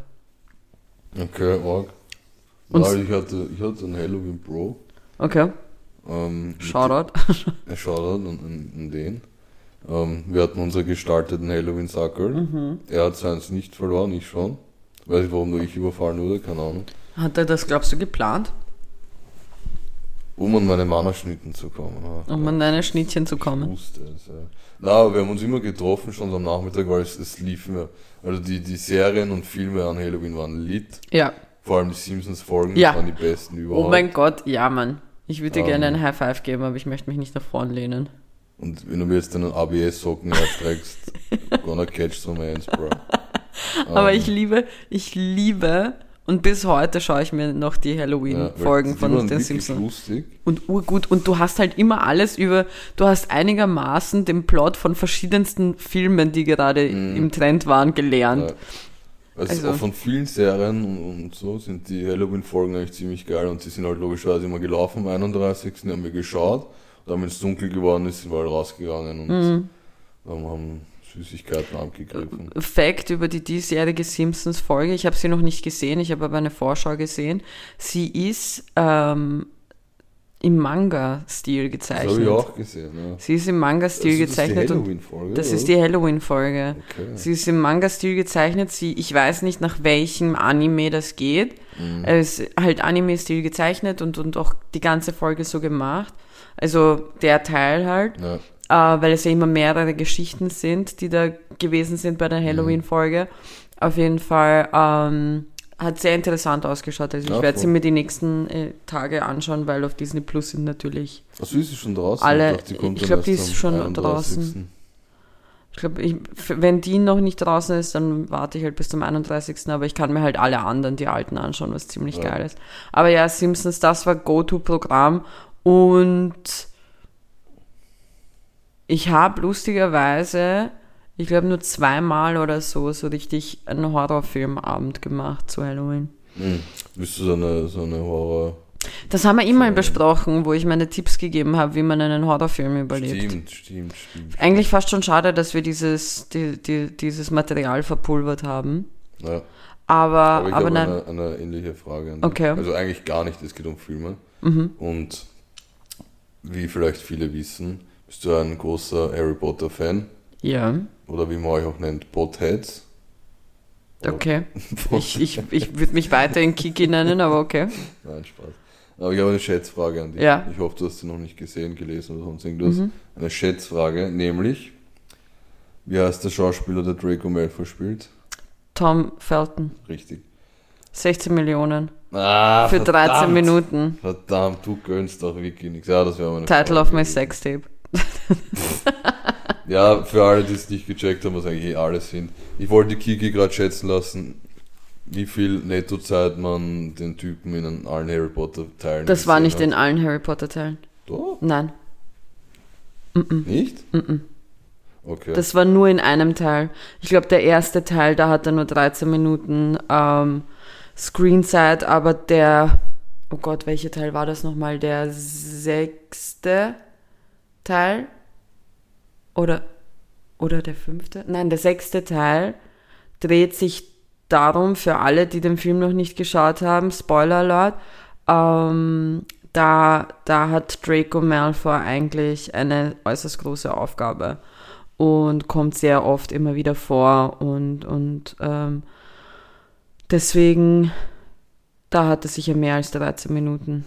Speaker 2: Okay, arg. Ja, ich hatte, ich hatte einen Halloween Pro.
Speaker 1: Okay.
Speaker 2: Ähm,
Speaker 1: Shoutout.
Speaker 2: Ein Shoutout an, an, an den. Ähm, wir hatten unsere gestalteten Halloween-Sackel. Mhm. Er hat seins nicht verloren, ich schon. Weiß nicht, warum nur ich überfallen wurde, keine Ahnung.
Speaker 1: Hat er das, glaubst du, geplant?
Speaker 2: Um an meine Mama-Schnitten zu kommen. Ja.
Speaker 1: Um an deine Schnittchen zu kommen.
Speaker 2: Ich wusste es, ja. Na, aber wir haben uns immer getroffen, schon am Nachmittag, weil es, es lief mehr. Also die, die Serien und Filme an Halloween waren lit.
Speaker 1: Ja.
Speaker 2: Vor allem die Simpsons-Folgen
Speaker 1: ja.
Speaker 2: waren die besten überhaupt.
Speaker 1: Oh mein Gott, ja, Mann. Ich würde dir
Speaker 2: um, gerne
Speaker 1: einen High Five geben, aber ich möchte mich nicht nach vorn lehnen.
Speaker 2: Und wenn du mir jetzt deinen A B S-Socken herstreckst, gonna catch some hands, bro.
Speaker 1: Aber
Speaker 2: um,
Speaker 1: ich liebe, ich liebe, und bis heute schaue ich mir noch die Halloween-Folgen
Speaker 2: ja,
Speaker 1: von den Simpsons.
Speaker 2: Lustig.
Speaker 1: Und urgut. Und du hast halt immer alles über, du hast einigermaßen den Plot von verschiedensten Filmen, die gerade mm. im Trend waren, gelernt.
Speaker 2: Ja. Also, also auch von vielen Serien und, und so sind die Halloween-Folgen eigentlich ziemlich geil und sie sind halt logischerweise immer gelaufen am einunddreißigsten haben wir geschaut und dann, wenn es dunkel geworden ist, sind wir halt rausgegangen und mm. dann haben Süßigkeiten abgegriffen.
Speaker 1: Fact über die diesjährige Simpsons-Folge, ich habe sie noch nicht gesehen, ich habe aber eine Vorschau gesehen. Sie ist ähm, im Manga-Stil gezeichnet.
Speaker 2: Das habe ich auch gesehen, ja.
Speaker 1: Sie ist im Manga-Stil
Speaker 2: also,
Speaker 1: gezeichnet.
Speaker 2: Das ist die Halloween-Folge?
Speaker 1: Das ist die Halloween-Folge.
Speaker 2: Okay.
Speaker 1: Sie ist im Manga-Stil gezeichnet. Sie, ich weiß nicht, nach welchem Anime das geht. Mhm. Es ist halt Anime-Stil gezeichnet und, und auch die ganze Folge so gemacht. Also der Teil halt. Ja. Äh, weil es ja immer mehrere Geschichten sind, die da gewesen sind bei der Halloween-Folge. Mhm. Auf jeden Fall ähm, hat sehr interessant ausgeschaut. Also ja, ich werde sie mir die nächsten äh, Tage anschauen, weil auf Disney Plus sind natürlich
Speaker 2: Achso, ist sie schon draußen?
Speaker 1: Alle, ich, ich glaube, die ist schon einunddreißigsten draußen. Ich glaube, wenn die noch nicht draußen ist, dann warte ich halt bis zum einunddreißigsten Aber ich kann mir halt alle anderen, die alten, anschauen, was ziemlich ja. geil ist. Aber ja, Simpsons, das war Go-To-Programm und ich habe lustigerweise, ich glaube nur zweimal oder so, so richtig einen Horrorfilmabend gemacht zu Halloween.
Speaker 2: Hm. Bist du so eine, so eine Horror...
Speaker 1: Das haben wir immer besprochen, wo ich meine Tipps gegeben habe, wie man einen Horrorfilm überlebt.
Speaker 2: Stimmt, stimmt, stimmt.
Speaker 1: Eigentlich fast schon schade, dass wir dieses, die, die, dieses Material verpulvert haben.
Speaker 2: Ja.
Speaker 1: Aber,
Speaker 2: aber ich
Speaker 1: aber
Speaker 2: habe
Speaker 1: nein.
Speaker 2: eine, eine ähnliche Frage an dich.
Speaker 1: Okay.
Speaker 2: Also eigentlich gar nicht, es geht um Filme.
Speaker 1: Mhm.
Speaker 2: Und wie vielleicht viele wissen, bist du ein großer Harry Potter Fan?
Speaker 1: Ja.
Speaker 2: Oder wie man euch auch nennt, Potheads?
Speaker 1: Okay. ich ich, ich würde mich weiterhin Kiki nennen, aber okay.
Speaker 2: Nein, Spaß. Aber ich habe eine Schätzfrage an dich.
Speaker 1: Ja.
Speaker 2: Ich hoffe, du hast sie noch nicht gesehen, gelesen oder sonst irgendwas.
Speaker 1: Mhm.
Speaker 2: Eine Schätzfrage, nämlich, wie heißt der Schauspieler, der Draco Malfoy spielt?
Speaker 1: Tom Felton.
Speaker 2: Richtig.
Speaker 1: sechzehn Millionen.
Speaker 2: Ah,
Speaker 1: Für
Speaker 2: verdammt.
Speaker 1: dreizehn Minuten.
Speaker 2: Verdammt, du gönnst doch wirklich nichts. Ja, das wäre meine
Speaker 1: Title
Speaker 2: Frage
Speaker 1: of my
Speaker 2: gewesen.
Speaker 1: Sextape.
Speaker 2: Ja, für alle, die es nicht gecheckt haben, was eigentlich eh alles sind. Ich wollte Kiki gerade schätzen lassen, wie viel Nettozeit man den Typen in allen Harry Potter Teilen
Speaker 1: Das war
Speaker 2: gesehen
Speaker 1: nicht
Speaker 2: hat.
Speaker 1: in allen Harry Potter Teilen.
Speaker 2: Doch?
Speaker 1: Nein.
Speaker 2: Nicht?
Speaker 1: Mm-mm.
Speaker 2: Okay.
Speaker 1: Das war nur in einem Teil. Ich glaube, der erste Teil, da hat er nur dreizehn Minuten ähm, Screenzeit, aber der, oh Gott, welcher Teil war das nochmal? Der sechste Teil? Oder, oder der fünfte? Nein, der sechste Teil dreht sich darum, für alle, die den Film noch nicht geschaut haben, Spoiler Alert, ähm, da, da hat Draco Malfoy eigentlich eine äußerst große Aufgabe und kommt sehr oft immer wieder vor und, und ähm, deswegen, da hat er sicher mehr als dreizehn Minuten.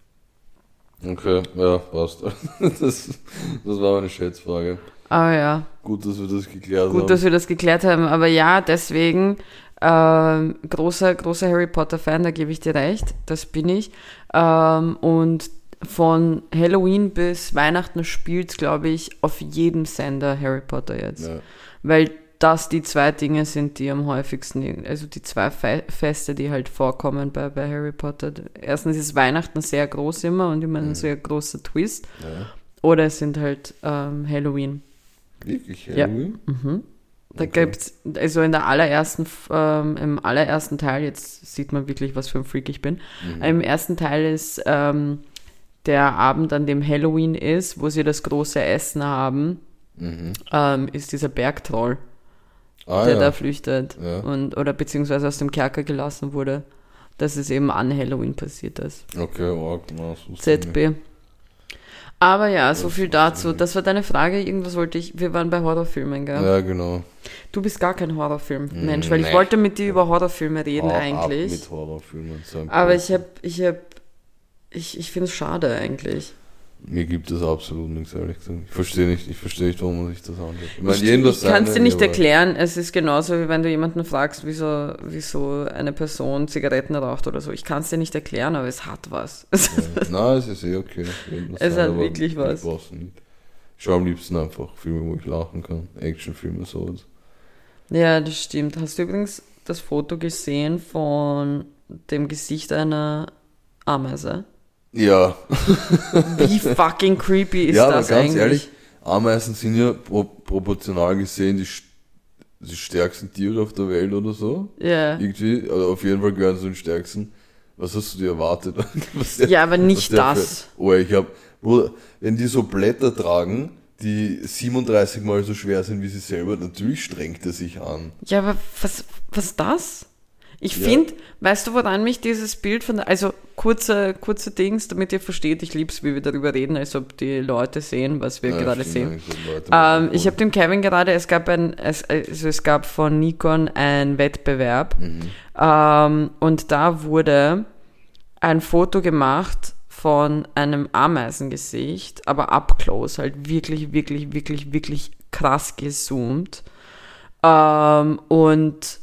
Speaker 2: Okay, ja, passt. Das, das war meine Schätzfrage.
Speaker 1: Aber ja,
Speaker 2: Gut, dass wir das geklärt
Speaker 1: gut,
Speaker 2: haben.
Speaker 1: dass wir das geklärt haben. Aber ja, deswegen, ähm, großer, großer Harry Potter-Fan, da gebe ich dir recht, das bin ich. Ähm, und von Halloween bis Weihnachten spielt, glaube ich, auf jedem Sender Harry Potter jetzt.
Speaker 2: Ja.
Speaker 1: Weil das die zwei Dinge sind, die am häufigsten, also die zwei Fe- Feste, die halt vorkommen bei, bei Harry Potter. Erstens ist Weihnachten sehr groß immer und immer ein
Speaker 2: Mhm.
Speaker 1: sehr großer Twist.
Speaker 2: Ja.
Speaker 1: Oder es sind halt ähm, Halloween.
Speaker 2: Wirklich
Speaker 1: Ja.
Speaker 2: Halloween?
Speaker 1: Mhm. Da
Speaker 2: Okay.
Speaker 1: gibt's, also in der allerersten, ähm, im allerersten Teil, jetzt sieht man wirklich, was für ein Freak ich bin.
Speaker 2: Mhm.
Speaker 1: Im ersten Teil ist ähm, der Abend, an dem Halloween ist, wo sie das große Essen haben,
Speaker 2: Mhm.
Speaker 1: ähm, ist dieser Bergtroll,
Speaker 2: Ah,
Speaker 1: der
Speaker 2: ja.
Speaker 1: da flüchtet
Speaker 2: Ja.
Speaker 1: und oder beziehungsweise aus dem Kerker gelassen wurde. Das ist eben an Halloween passiert, das
Speaker 2: Okay, arg, na, das wusste ich
Speaker 1: Z
Speaker 2: nicht.
Speaker 1: B. Aber ja, so
Speaker 2: Das
Speaker 1: viel
Speaker 2: wusste ich
Speaker 1: dazu.
Speaker 2: nicht.
Speaker 1: Das war deine Frage. Irgendwas wollte ich. Wir waren bei Horrorfilmen, gell?
Speaker 2: Ja, genau.
Speaker 1: Du bist gar kein Horrorfilm-Mensch, weil ich
Speaker 2: Nee.
Speaker 1: wollte mit dir über Horrorfilme reden
Speaker 2: Hau ab
Speaker 1: eigentlich.
Speaker 2: mit Horrorfilmen. so ein
Speaker 1: Aber
Speaker 2: Blödsinn.
Speaker 1: ich hab, ich hab, ich, ich finde es schade eigentlich.
Speaker 2: Mir gibt es absolut nichts, ehrlich gesagt. Ich verstehe nicht, ich verstehe nicht, warum man sich das anschaut. Ich meine,
Speaker 1: Ich,
Speaker 2: jedem das
Speaker 1: ich kann es dir
Speaker 2: seine,
Speaker 1: nicht
Speaker 2: aber-
Speaker 1: erklären. Es ist genauso, wie wenn du jemanden fragst, wieso, wieso eine Person Zigaretten raucht oder so. Ich kann es dir nicht erklären, aber es hat was.
Speaker 2: Ja. Nein, es ist eh okay. Jedem das
Speaker 1: Es
Speaker 2: seine,
Speaker 1: hat
Speaker 2: aber
Speaker 1: wirklich
Speaker 2: ich
Speaker 1: was.
Speaker 2: brauch's nicht. Ich schaue am liebsten einfach Filme, wo ich lachen kann. Actionfilme, sowas.
Speaker 1: Ja, das stimmt. Hast du übrigens das Foto gesehen von dem Gesicht einer Ameise?
Speaker 2: Ja.
Speaker 1: Wie fucking creepy ist
Speaker 2: ja, aber
Speaker 1: das
Speaker 2: ganz
Speaker 1: eigentlich?
Speaker 2: ehrlich, Ameisen sind ja pro proportional gesehen die, st- die stärksten Tiere auf der Welt oder so.
Speaker 1: Ja.
Speaker 2: Irgendwie, also auf jeden Fall gehören sie zu den stärksten. Was hast du dir erwartet? Was der-
Speaker 1: Ja, aber
Speaker 2: was
Speaker 1: nicht
Speaker 2: der
Speaker 1: das.
Speaker 2: Für, oh, ich hab, Bruder, wenn die so Blätter tragen, die siebenunddreißig Mal so schwer sind wie sie selber, natürlich strengt er sich an.
Speaker 1: Ja, aber was, was das? Ich
Speaker 2: Ja.
Speaker 1: finde, weißt du, woran mich dieses Bild von, also kurze, kurze Dings, damit ihr versteht, ich lieb's, wie wir darüber reden, als ob die Leute sehen, was wir
Speaker 2: Ja,
Speaker 1: gerade
Speaker 2: stimmt
Speaker 1: sehen.
Speaker 2: eigentlich, so Leute
Speaker 1: Ähm,
Speaker 2: mit
Speaker 1: ich habe dem Kevin gerade, es gab ein, es, also es gab von Nikon einen Wettbewerb
Speaker 2: Mhm.
Speaker 1: ähm, und da wurde ein Foto gemacht von einem Ameisengesicht, aber up close, halt wirklich, wirklich, wirklich, wirklich krass gezoomt. Ähm, und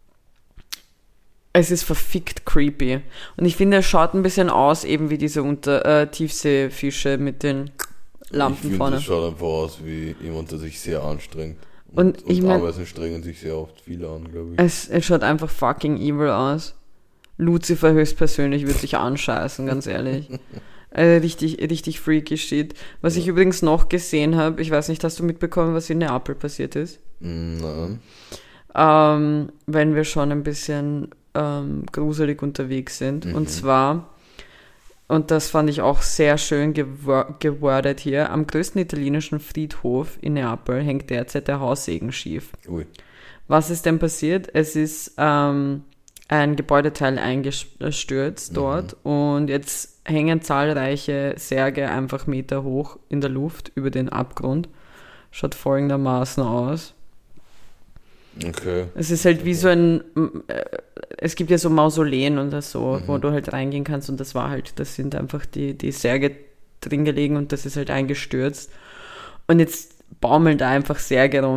Speaker 1: es ist verfickt creepy. Und ich finde, es schaut ein bisschen aus, eben wie diese Unter äh, Tiefseefische mit den
Speaker 2: Ich
Speaker 1: Lampen
Speaker 2: finde,
Speaker 1: vorne.
Speaker 2: das schaut einfach aus wie jemand, der sich sehr anstrengt.
Speaker 1: Und ich mein-
Speaker 2: Ameisen strengen sich sehr oft viele an, glaube ich.
Speaker 1: Es, es schaut einfach fucking evil aus. Lucifer höchstpersönlich wird sich anscheißen, ganz ehrlich. Also richtig, richtig freaky shit. Was ich übrigens noch gesehen habe, ich weiß nicht, hast du mitbekommen, was in Neapel passiert ist?
Speaker 2: Mm, Nein.
Speaker 1: Ähm, wenn wir schon ein bisschen ähm, gruselig unterwegs sind.
Speaker 2: Mhm.
Speaker 1: Und zwar, und das fand ich auch sehr schön gewor- gewordet hier, am größten italienischen Friedhof in Neapel hängt derzeit der Haussegen schief.
Speaker 2: Ui.
Speaker 1: Was ist denn passiert? Es ist ähm, ein Gebäudeteil eingestürzt dort und jetzt hängen zahlreiche Särge einfach Meter hoch in der Luft über den Abgrund. Schaut folgendermaßen aus.
Speaker 2: Okay.
Speaker 1: Es ist halt wie so ein, äh, es gibt ja so Mausoleen oder so,
Speaker 2: Mhm.
Speaker 1: wo du halt reingehen kannst und das war halt, das sind einfach die, die Särge drin gelegen und das ist halt eingestürzt. Und jetzt baumeln da einfach Särge rum.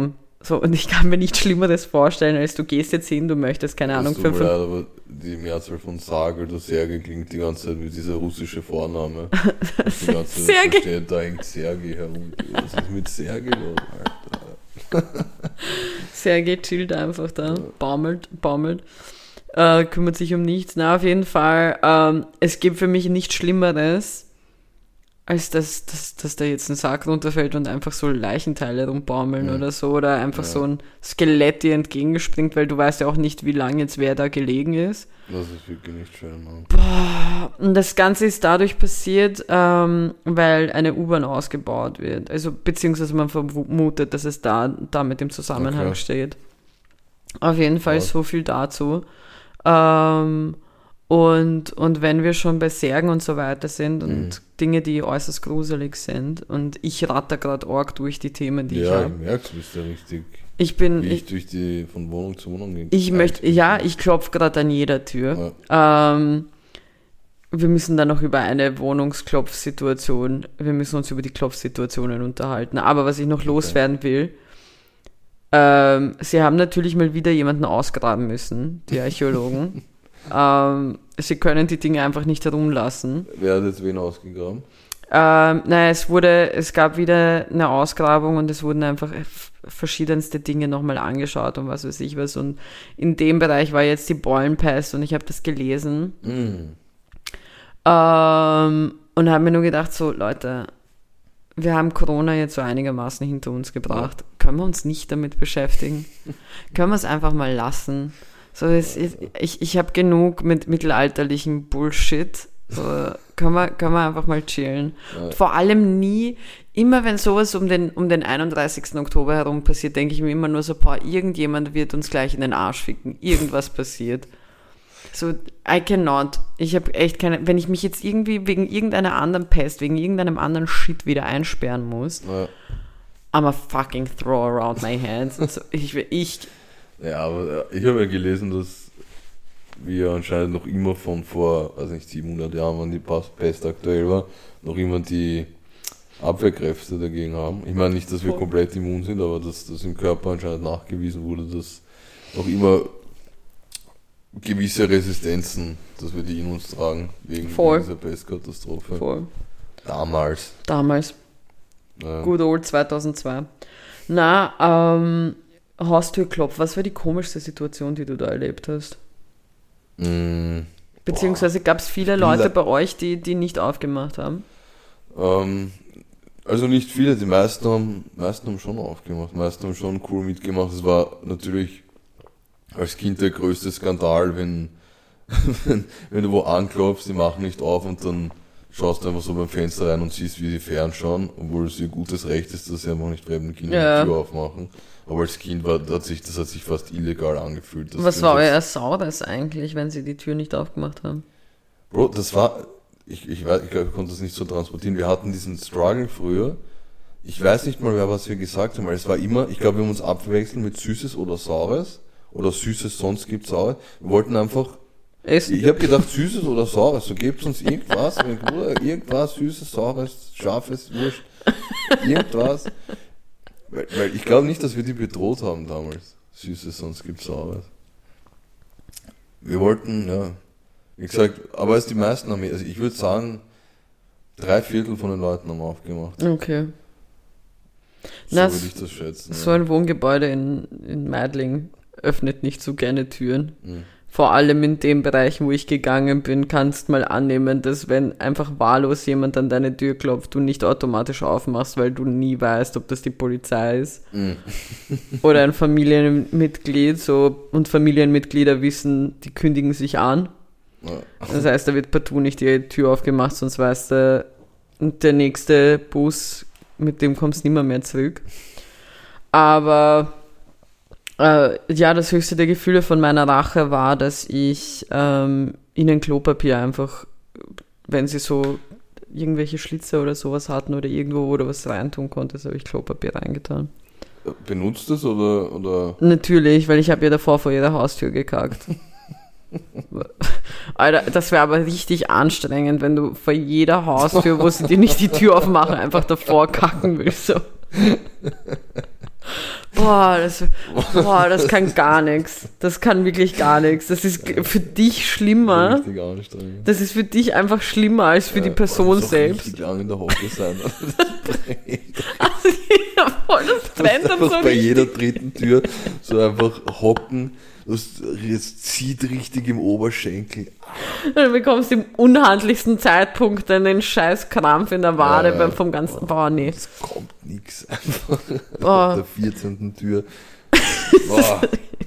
Speaker 1: So, und ich kann mir nichts Schlimmeres vorstellen, als du gehst jetzt hin, du möchtest, keine Ahnung,
Speaker 2: tut mir
Speaker 1: fünf...
Speaker 2: leid, aber die Mehrzahl von Sage oder Serge klingt die ganze Zeit wie dieser russische Vorname. Die ganze Zeit
Speaker 1: Serge.
Speaker 2: steht, da hängt Serge herum. Was ist mit Serge los, Alter?
Speaker 1: Sergej chillt einfach da, baumelt, baumelt, äh, kümmert sich um nichts. Na, auf jeden Fall, ähm, es gibt für mich nichts Schlimmeres, als dass, dass, dass da jetzt ein Sarg runterfällt und einfach so Leichenteile rumbaumeln
Speaker 2: Mhm.
Speaker 1: oder so, oder einfach
Speaker 2: Ja.
Speaker 1: so ein Skelett dir entgegenspringt, weil du weißt ja auch nicht, wie lange jetzt wer da gelegen ist.
Speaker 2: Das ist wirklich nicht schön. Ne?
Speaker 1: Und das Ganze ist dadurch passiert, ähm, weil eine U-Bahn ausgebaut wird. Also beziehungsweise man vermutet, dass es da, da mit dem Zusammenhang
Speaker 2: Okay.
Speaker 1: steht. Auf jeden Fall
Speaker 2: Ja.
Speaker 1: so viel dazu. Ähm, und, und wenn wir schon bei Särgen und so weiter sind und
Speaker 2: Mhm.
Speaker 1: Dinge, die äußerst gruselig sind, und ich ratter gerade arg durch die Themen, die ich
Speaker 2: Ja,
Speaker 1: habe.
Speaker 2: ich merk's, du bist ja richtig,
Speaker 1: Ich bin,
Speaker 2: wie
Speaker 1: ich,
Speaker 2: ich durch die, von Wohnung zu Wohnung gehe.
Speaker 1: ich möchte, ja, ich klopfe gerade an jeder Tür.
Speaker 2: Ja.
Speaker 1: Ähm, wir müssen dann noch über eine Wohnungsklopfsituation, wir müssen uns über die Klopfsituationen unterhalten. Aber was ich noch loswerden will, ähm, sie haben natürlich mal wieder jemanden ausgraben müssen, die Archäologen. ähm, sie können die Dinge einfach nicht herumlassen.
Speaker 2: Wer hat jetzt wen ausgegraben?
Speaker 1: Ähm, naja, es wurde, es gab wieder eine Ausgrabung und es wurden einfach f- verschiedenste Dinge nochmal angeschaut und was weiß ich was. Und in dem Bereich war jetzt die Beulenpest und ich habe das gelesen.
Speaker 2: Mhm.
Speaker 1: Ähm, und habe mir nur gedacht, so Leute, wir haben Corona jetzt so einigermaßen hinter uns gebracht. Können wir uns nicht damit beschäftigen? Können wir es einfach mal lassen? So, es ist, ich ich habe genug mit mittelalterlichem Bullshit. So, können, wir, können wir einfach mal chillen.
Speaker 2: Ja.
Speaker 1: Und vor allem nie, immer wenn sowas um den, um den einunddreißigsten Oktober herum passiert, denke ich mir immer nur so, boah, irgendjemand wird uns gleich in den Arsch ficken. Irgendwas passiert. So, I cannot. Ich habe echt keine, wenn ich mich jetzt irgendwie wegen irgendeiner anderen Pest, wegen irgendeinem anderen Shit wieder einsperren muss,
Speaker 2: Ja.
Speaker 1: I'm a fucking throw around my hands. So, ich, ich,
Speaker 2: Ja, aber äh, ich habe ja gelesen, dass wir anscheinend noch immer von vor, weiß nicht, siebenhundert Jahren, wann die Pest aktuell war, noch immer die Abwehrkräfte dagegen haben. Ich meine nicht, dass wir
Speaker 1: Voll.
Speaker 2: komplett immun sind, aber dass das im Körper anscheinend nachgewiesen wurde, dass noch immer gewisse Resistenzen, dass wir die in uns tragen, wegen
Speaker 1: Voll.
Speaker 2: dieser Pestkatastrophe.
Speaker 1: voll,
Speaker 2: Damals.
Speaker 1: damals,
Speaker 2: Ja.
Speaker 1: good old zweitausendzwei. Na, ähm, Haustürklopf, was war die komischste Situation, die du da erlebt hast?
Speaker 2: Mm,
Speaker 1: Beziehungsweise gab es viele
Speaker 2: Ich bin
Speaker 1: Leute
Speaker 2: da-
Speaker 1: bei euch, die, die nicht aufgemacht haben?
Speaker 2: Ähm, also nicht viele, die meisten haben, meisten haben schon aufgemacht, die meisten haben schon cool mitgemacht. Es war natürlich als Kind der größte Skandal, wenn, wenn, wenn du wo anklopfst, die machen nicht auf und dann schaust du einfach so beim Fenster rein und siehst, wie sie fernschauen, obwohl es ihr gutes Recht ist, dass sie einfach nicht fremden Kindern
Speaker 1: Ja.
Speaker 2: die Tür aufmachen. Aber als Kind war, hat sich, das hat sich fast illegal angefühlt. dass
Speaker 1: Was
Speaker 2: die
Speaker 1: war
Speaker 2: uns
Speaker 1: euer Saures eigentlich, wenn sie die Tür nicht aufgemacht haben?
Speaker 2: Bro, das war, ich, ich weiß, ich glaube, ich konnte das nicht so transportieren. Wir hatten diesen Struggle früher. Ich weiß nicht mal mehr, was wir gesagt haben, weil es war immer, ich glaube, wir haben uns abwechseln mit Süßes oder Saures. Oder Süßes, sonst gibt's Saures. Wir wollten einfach,
Speaker 1: Essen?
Speaker 2: ich habe gedacht, Süßes oder Saures, so gebt uns irgendwas, mein Bruder, irgendwas, Süßes, Saures, Scharfes, Wurscht, irgendwas. Weil, weil ich glaube nicht, dass wir die bedroht haben damals. Süßes, sonst gibt's Saures. Wir wollten, ja, wie gesagt, aber es die meisten haben, also ich würde sagen, drei Viertel von den Leuten haben aufgemacht.
Speaker 1: Okay.
Speaker 2: So
Speaker 1: Na,
Speaker 2: würde ich das schätzen.
Speaker 1: So
Speaker 2: ja.
Speaker 1: ein Wohngebäude in, in Meidling öffnet nicht so gerne Türen.
Speaker 2: Mhm.
Speaker 1: Vor allem in dem Bereich, wo ich gegangen bin, kannst mal annehmen, dass wenn einfach wahllos jemand an deine Tür klopft, du nicht automatisch aufmachst, weil du nie weißt, ob das die Polizei ist.
Speaker 2: Mhm.
Speaker 1: Oder ein Familienmitglied, so, und Familienmitglieder wissen, die kündigen sich an.
Speaker 2: Ja.
Speaker 1: Das heißt, da wird partout nicht die Tür aufgemacht, sonst weiß der, der nächste Bus, mit dem kommst du nimmer mehr zurück. Aber äh, ja, das höchste der Gefühle von meiner Rache war, dass ich ähm, ihnen Klopapier einfach, wenn sie so irgendwelche Schlitze oder sowas hatten oder irgendwo, wo du was reintun konntest, habe ich Klopapier reingetan.
Speaker 2: Benutzt es oder, oder?
Speaker 1: Natürlich, weil ich habe ja davor vor ihrer Haustür gekackt. Alter, das wäre aber richtig anstrengend, wenn du vor jeder Haustür, wo sie dir nicht die Tür aufmachen, einfach davor kacken willst. So. Boah, das, boah, das kann gar nichts. Das kann wirklich gar nichts. Das ist für dich schlimmer.
Speaker 2: Richtig anstrengend.
Speaker 1: Das ist für dich einfach schlimmer als für
Speaker 2: Ja,
Speaker 1: die Person
Speaker 2: das
Speaker 1: selbst.
Speaker 2: Richtig lang in der Hocke sein.
Speaker 1: Also, ja, voll, das brennt dann so
Speaker 2: Einfach bei
Speaker 1: richtig.
Speaker 2: jeder dritten Tür so einfach hocken. Das jetzt zieht richtig im Oberschenkel.
Speaker 1: Du bekommst im unhandlichsten Zeitpunkt einen scheiß Krampf in der Wade
Speaker 2: Ja, ja.
Speaker 1: beim vom ganzen. Boah, nee.
Speaker 2: Es kommt nichts einfach.
Speaker 1: Boah.
Speaker 2: Auf der vierzehnten Tür. Boah.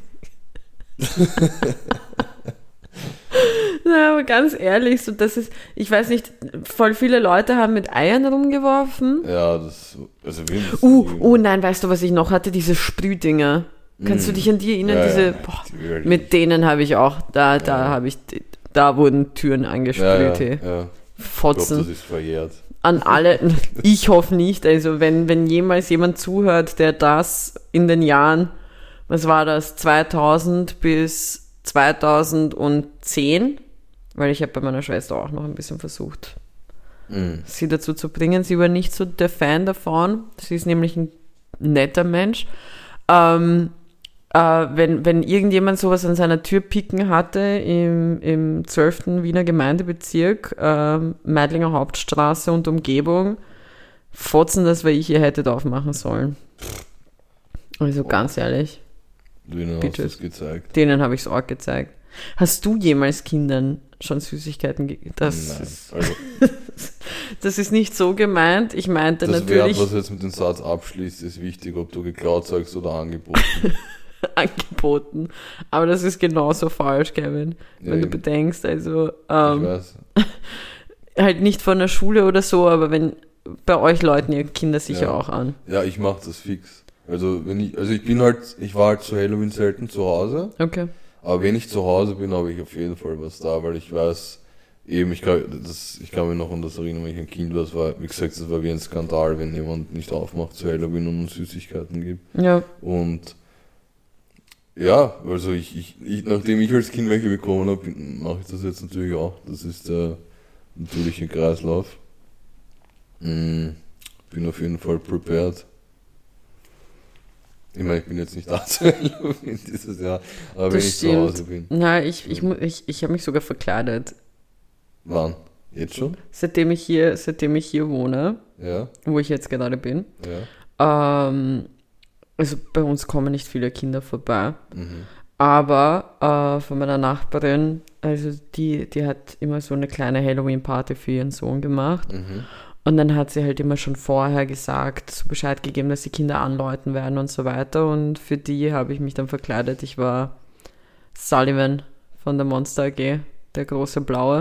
Speaker 1: Na, aber ganz ehrlich, so das ist, ich weiß nicht, voll viele Leute haben mit Eiern rumgeworfen.
Speaker 2: Ja, das. Also wir haben das
Speaker 1: Uh,
Speaker 2: nie-
Speaker 1: oh nein, weißt du, was ich noch hatte? Diese Sprühdinger. Kannst du dich an die erinnern?
Speaker 2: Ja,
Speaker 1: Diese,
Speaker 2: ja,
Speaker 1: boah,
Speaker 2: die-
Speaker 1: mit denen habe ich auch, da, da
Speaker 2: Ja.
Speaker 1: habe ich, da wurden Türen
Speaker 2: ja,
Speaker 1: angesprüht.
Speaker 2: ja,
Speaker 1: hey.
Speaker 2: ja. Ich
Speaker 1: Fotzen.
Speaker 2: glaube, das ist verjährt.
Speaker 1: An alle, ich hoffe nicht, also wenn, wenn jemals jemand zuhört, der das in den Jahren, was war das, zweitausend bis zweitausendzehn, weil ich habe bei meiner Schwester auch noch ein bisschen versucht,
Speaker 2: Mhm.
Speaker 1: sie dazu zu bringen. Sie war nicht so der Fan davon, sie ist nämlich ein netter Mensch. Ähm, äh, wenn, wenn irgendjemand sowas an seiner Tür picken hatte im, im zwölften Wiener Gemeindebezirk, ähm, Meidlinger Hauptstraße und Umgebung, fotzen, das, weil ich ihr hätte aufmachen sollen. Also ganz ehrlich,
Speaker 2: Denen hast
Speaker 1: Bitte.
Speaker 2: du es gezeigt.
Speaker 1: denen habe ich es auch gezeigt. Hast du jemals Kindern schon Süßigkeiten gegeben? Das,
Speaker 2: Nein.
Speaker 1: ist-
Speaker 2: Also,
Speaker 1: das ist nicht so gemeint. Ich meinte
Speaker 2: das Verb,
Speaker 1: natürlich
Speaker 2: was jetzt mit dem Satz abschließt, ist wichtig, ob du geklaut sagst oder angeboten.
Speaker 1: angeboten. Aber das ist genauso falsch, Kevin.
Speaker 2: Ja,
Speaker 1: Wenn du
Speaker 2: eben.
Speaker 1: bedenkst, also
Speaker 2: Ich
Speaker 1: ähm,
Speaker 2: weiß.
Speaker 1: halt nicht von der Schule oder so, aber wenn bei euch läuten ihr Kinder sicher
Speaker 2: Ja.
Speaker 1: auch an.
Speaker 2: Ja, ich mach das fix. Also wenn ich, also ich bin halt, ich war halt zu Halloween selten zu Hause,
Speaker 1: Okay.
Speaker 2: aber wenn ich zu Hause bin, habe ich auf jeden Fall was da, weil ich weiß, eben, ich kann, das, ich kann mich noch an das erinnern, wenn ich ein Kind war, das war, wie gesagt, das war wie ein Skandal, wenn jemand nicht aufmacht zu Halloween und uns Süßigkeiten gibt.
Speaker 1: Ja.
Speaker 2: Und ja, also ich, ich, ich nachdem ich als Kind welche bekommen habe, mache ich das jetzt natürlich auch. Das ist der natürliche Kreislauf. Mm, bin auf jeden Fall prepared. Ich meine, ich bin jetzt nicht da zu Halloween dieses Jahr, aber wenn
Speaker 1: Das
Speaker 2: ich zu Hause
Speaker 1: stimmt.
Speaker 2: bin.
Speaker 1: Na, ich, ich, mu- ich, ich habe mich sogar verkleidet.
Speaker 2: Wann? Jetzt schon?
Speaker 1: Seitdem ich hier, seitdem ich hier wohne,
Speaker 2: Ja,
Speaker 1: wo ich jetzt gerade bin.
Speaker 2: ja.
Speaker 1: Ähm, also bei uns kommen nicht viele Kinder vorbei.
Speaker 2: Mhm.
Speaker 1: Aber äh, von meiner Nachbarin, also die, die hat immer so eine kleine Halloween-Party für ihren Sohn gemacht.
Speaker 2: Mhm.
Speaker 1: Und dann hat sie halt immer schon vorher gesagt, so Bescheid gegeben, dass die Kinder anläuten werden und so weiter. Und für die habe ich mich dann verkleidet. Ich war Sullivan von der Monster A G, der große Blaue.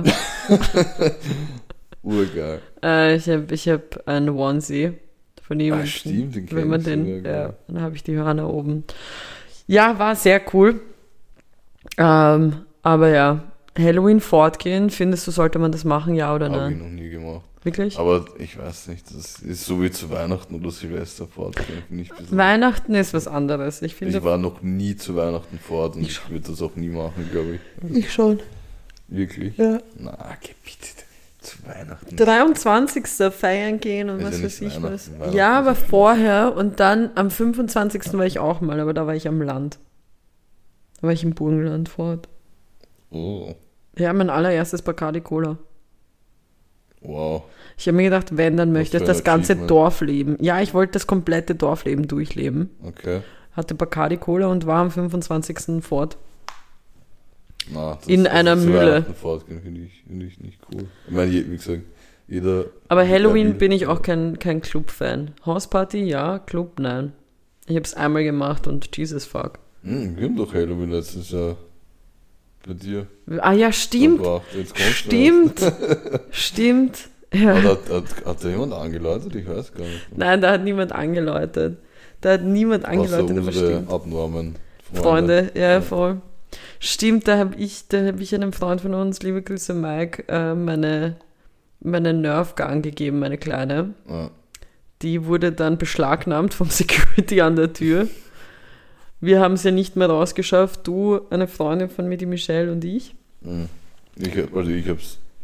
Speaker 2: Urgeil.
Speaker 1: äh, ich habe ich hab einen Onesie von ihm.
Speaker 2: Ah, stimmt, den kenn
Speaker 1: Wenn man
Speaker 2: ich
Speaker 1: den,
Speaker 2: sogar,
Speaker 1: ja,
Speaker 2: gell.
Speaker 1: dann habe ich die Hörner oben. Ja, war sehr cool. Ähm, aber ja, Halloween fortgehen, findest du, sollte man das machen, ja oder
Speaker 2: Habe ich
Speaker 1: nein?
Speaker 2: noch nie gemacht.
Speaker 1: Wirklich?
Speaker 2: Aber ich weiß nicht, das ist so wie zu Weihnachten oder Silvester fortgehen, finde ich ein bisschen.
Speaker 1: Weihnachten ist was anderes. Ich finde,
Speaker 2: Ich war noch nie zu Weihnachten fort und
Speaker 1: Ich
Speaker 2: ich, würde das auch nie machen, glaube ich.
Speaker 1: ich schon.
Speaker 2: Wirklich?
Speaker 1: Ja.
Speaker 2: Na, geh bitte zu Weihnachten.
Speaker 1: dreiundzwanzigsten feiern gehen und
Speaker 2: Ist
Speaker 1: was
Speaker 2: ja
Speaker 1: weiß
Speaker 2: nicht
Speaker 1: ich was.
Speaker 2: Weihnachten, Weihnachten
Speaker 1: Ja,
Speaker 2: ist
Speaker 1: aber
Speaker 2: ja Schluss.
Speaker 1: vorher und dann am fünfundzwanzigsten war ich auch mal, aber da war ich am Land. Da war ich im Burgenland fort.
Speaker 2: Oh,
Speaker 1: Ja, mein allererstes Bacardi Cola.
Speaker 2: wow.
Speaker 1: Ich habe mir gedacht, wenn, dann möchte ich
Speaker 2: für ein
Speaker 1: das ganze
Speaker 2: Achievement.
Speaker 1: Dorfleben. Ja, ich wollte das komplette Dorfleben durchleben.
Speaker 2: Okay.
Speaker 1: Hatte Bacardi Cola und war am fünfundzwanzigsten fort.
Speaker 2: Na, das,
Speaker 1: In einer
Speaker 2: zu
Speaker 1: Mühle.
Speaker 2: Weihnachten fortgehen finde ich, finde ich nicht cool. Ich meine, je- wie gesagt, jeder.
Speaker 1: Aber
Speaker 2: jeder
Speaker 1: Halloween
Speaker 2: will.
Speaker 1: bin ich auch kein, kein Club-Fan. Hausparty, ja, Club, nein. Ich habe es einmal gemacht und Jesus fuck.
Speaker 2: Hm, wir haben doch Halloween letztes Jahr bei dir.
Speaker 1: Ah ja, stimmt.
Speaker 2: verbracht. Jetzt kommst du
Speaker 1: Stimmt. Stimmt.
Speaker 2: erst.
Speaker 1: Ja.
Speaker 2: Hat, hat, hat, hat da jemand angeläutet? Ich weiß gar nicht.
Speaker 1: Nein, da hat niemand angeläutet. Da hat niemand
Speaker 2: Außer
Speaker 1: angeläutet, aber
Speaker 2: unsere
Speaker 1: stimmt.
Speaker 2: abnormen Freunde.
Speaker 1: Freunde, ja,
Speaker 2: Ja.
Speaker 1: voll. Stimmt, da habe ich, da habe ich einem Freund von uns, liebe Grüße Mike, äh, meine, meine Nerf-Gun gegeben, meine kleine.
Speaker 2: Ja.
Speaker 1: Die wurde dann beschlagnahmt vom Security an der Tür. Wir haben es ja nicht mehr rausgeschafft, du, eine Freundin von mir, die Michelle und ich.
Speaker 2: Hm. Ich, hab- also ich hab's,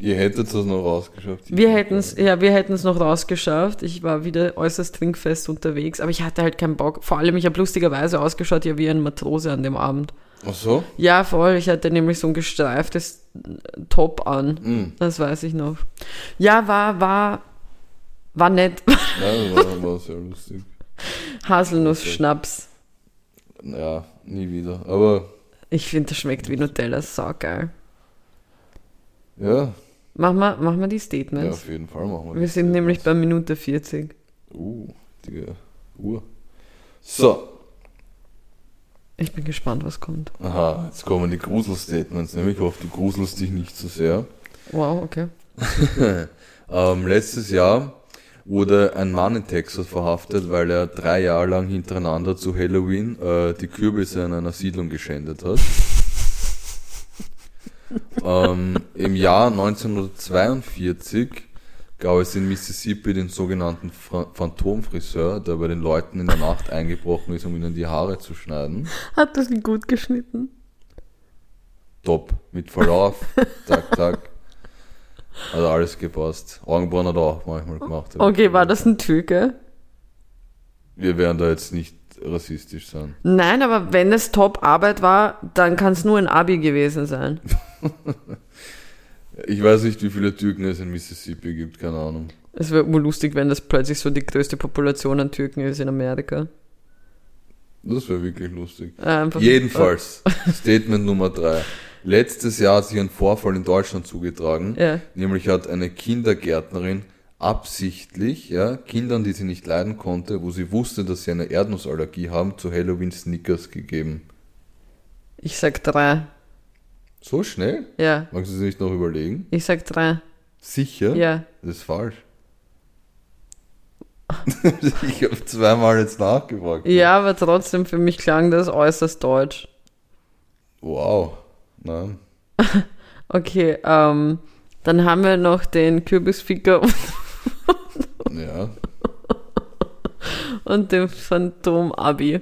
Speaker 2: Ihr hättet es noch rausgeschafft.
Speaker 1: Wir hätten es, ja, wir hätten es noch rausgeschafft. Ich war wieder äußerst trinkfest unterwegs, aber ich hatte halt keinen Bock. Vor allem, ich habe lustigerweise ausgeschaut, ja wie ein Matrose an dem Abend.
Speaker 2: Ach so?
Speaker 1: Ja, voll. Ich hatte nämlich so ein gestreiftes Top an.
Speaker 2: Mm.
Speaker 1: Das weiß ich noch. Ja, war, war, war nett.
Speaker 2: Ja, war, war sehr lustig.
Speaker 1: Haselnuss-Schnaps.
Speaker 2: Ja, nie wieder. Aber
Speaker 1: Ich finde, das schmeckt wie Nutella. Saugeil.
Speaker 2: ja,
Speaker 1: Machen wir, machen wir die
Speaker 2: ja,
Speaker 1: Statements.
Speaker 2: auf jeden Fall machen wir
Speaker 1: Wir
Speaker 2: das.
Speaker 1: sind nämlich bei Minute vierzig.
Speaker 2: Uh, die Uhr. So.
Speaker 1: Ich bin gespannt, was kommt.
Speaker 2: Aha, jetzt kommen die Gruselstatements. Nämlich, ich hoffe, du gruselst dich nicht so sehr.
Speaker 1: Wow, okay.
Speaker 2: ähm, letztes Jahr wurde ein Mann in Texas verhaftet, weil er drei Jahre lang hintereinander zu Halloween äh, die Kürbisse in einer Siedlung geschändet hat. ähm, Im Jahr neunzehnhundertzweiundvierzig gab es in Mississippi den sogenannten Ph- Phantomfriseur, der bei den Leuten in der Nacht eingebrochen ist, um ihnen die Haare zu schneiden.
Speaker 1: Hat das nicht gut geschnitten?
Speaker 2: Top, mit Verlauf, zack, zack. Also alles gepasst. Augenbrauen hat er auch manchmal gemacht.
Speaker 1: Okay, war das ein Türke?
Speaker 2: Wir werden da jetzt nicht rassistisch sein.
Speaker 1: Nein, aber wenn es Top-Arbeit war, dann kann es nur ein Abi gewesen sein.
Speaker 2: Ich weiß nicht, wie viele Türken es in Mississippi gibt, keine Ahnung.
Speaker 1: Es wäre wohl lustig, wenn das plötzlich so die größte Population an Türken ist in Amerika.
Speaker 2: Das wäre wirklich lustig.
Speaker 1: Einfach,
Speaker 2: Jedenfalls, Statement Nummer drei. Letztes Jahr hat sich ein Vorfall in Deutschland zugetragen.
Speaker 1: Ja.
Speaker 2: Nämlich hat eine Kindergärtnerin absichtlich, ja, Kindern, die sie nicht leiden konnte, wo sie wusste, dass sie eine Erdnussallergie haben, zu Halloween Snickers gegeben.
Speaker 1: Ich sag drei.
Speaker 2: So schnell?
Speaker 1: Ja.
Speaker 2: Magst du sie nicht noch überlegen?
Speaker 1: Ich sag drei.
Speaker 2: Sicher?
Speaker 1: Ja.
Speaker 2: Das ist falsch. Ich habe zweimal jetzt nachgefragt.
Speaker 1: Ja, aber trotzdem, für mich klang das äußerst deutsch.
Speaker 2: Wow. Nein.
Speaker 1: Okay, ähm, dann haben wir noch den Kürbisficker und,
Speaker 2: Ja.
Speaker 1: und den Phantom-Abi.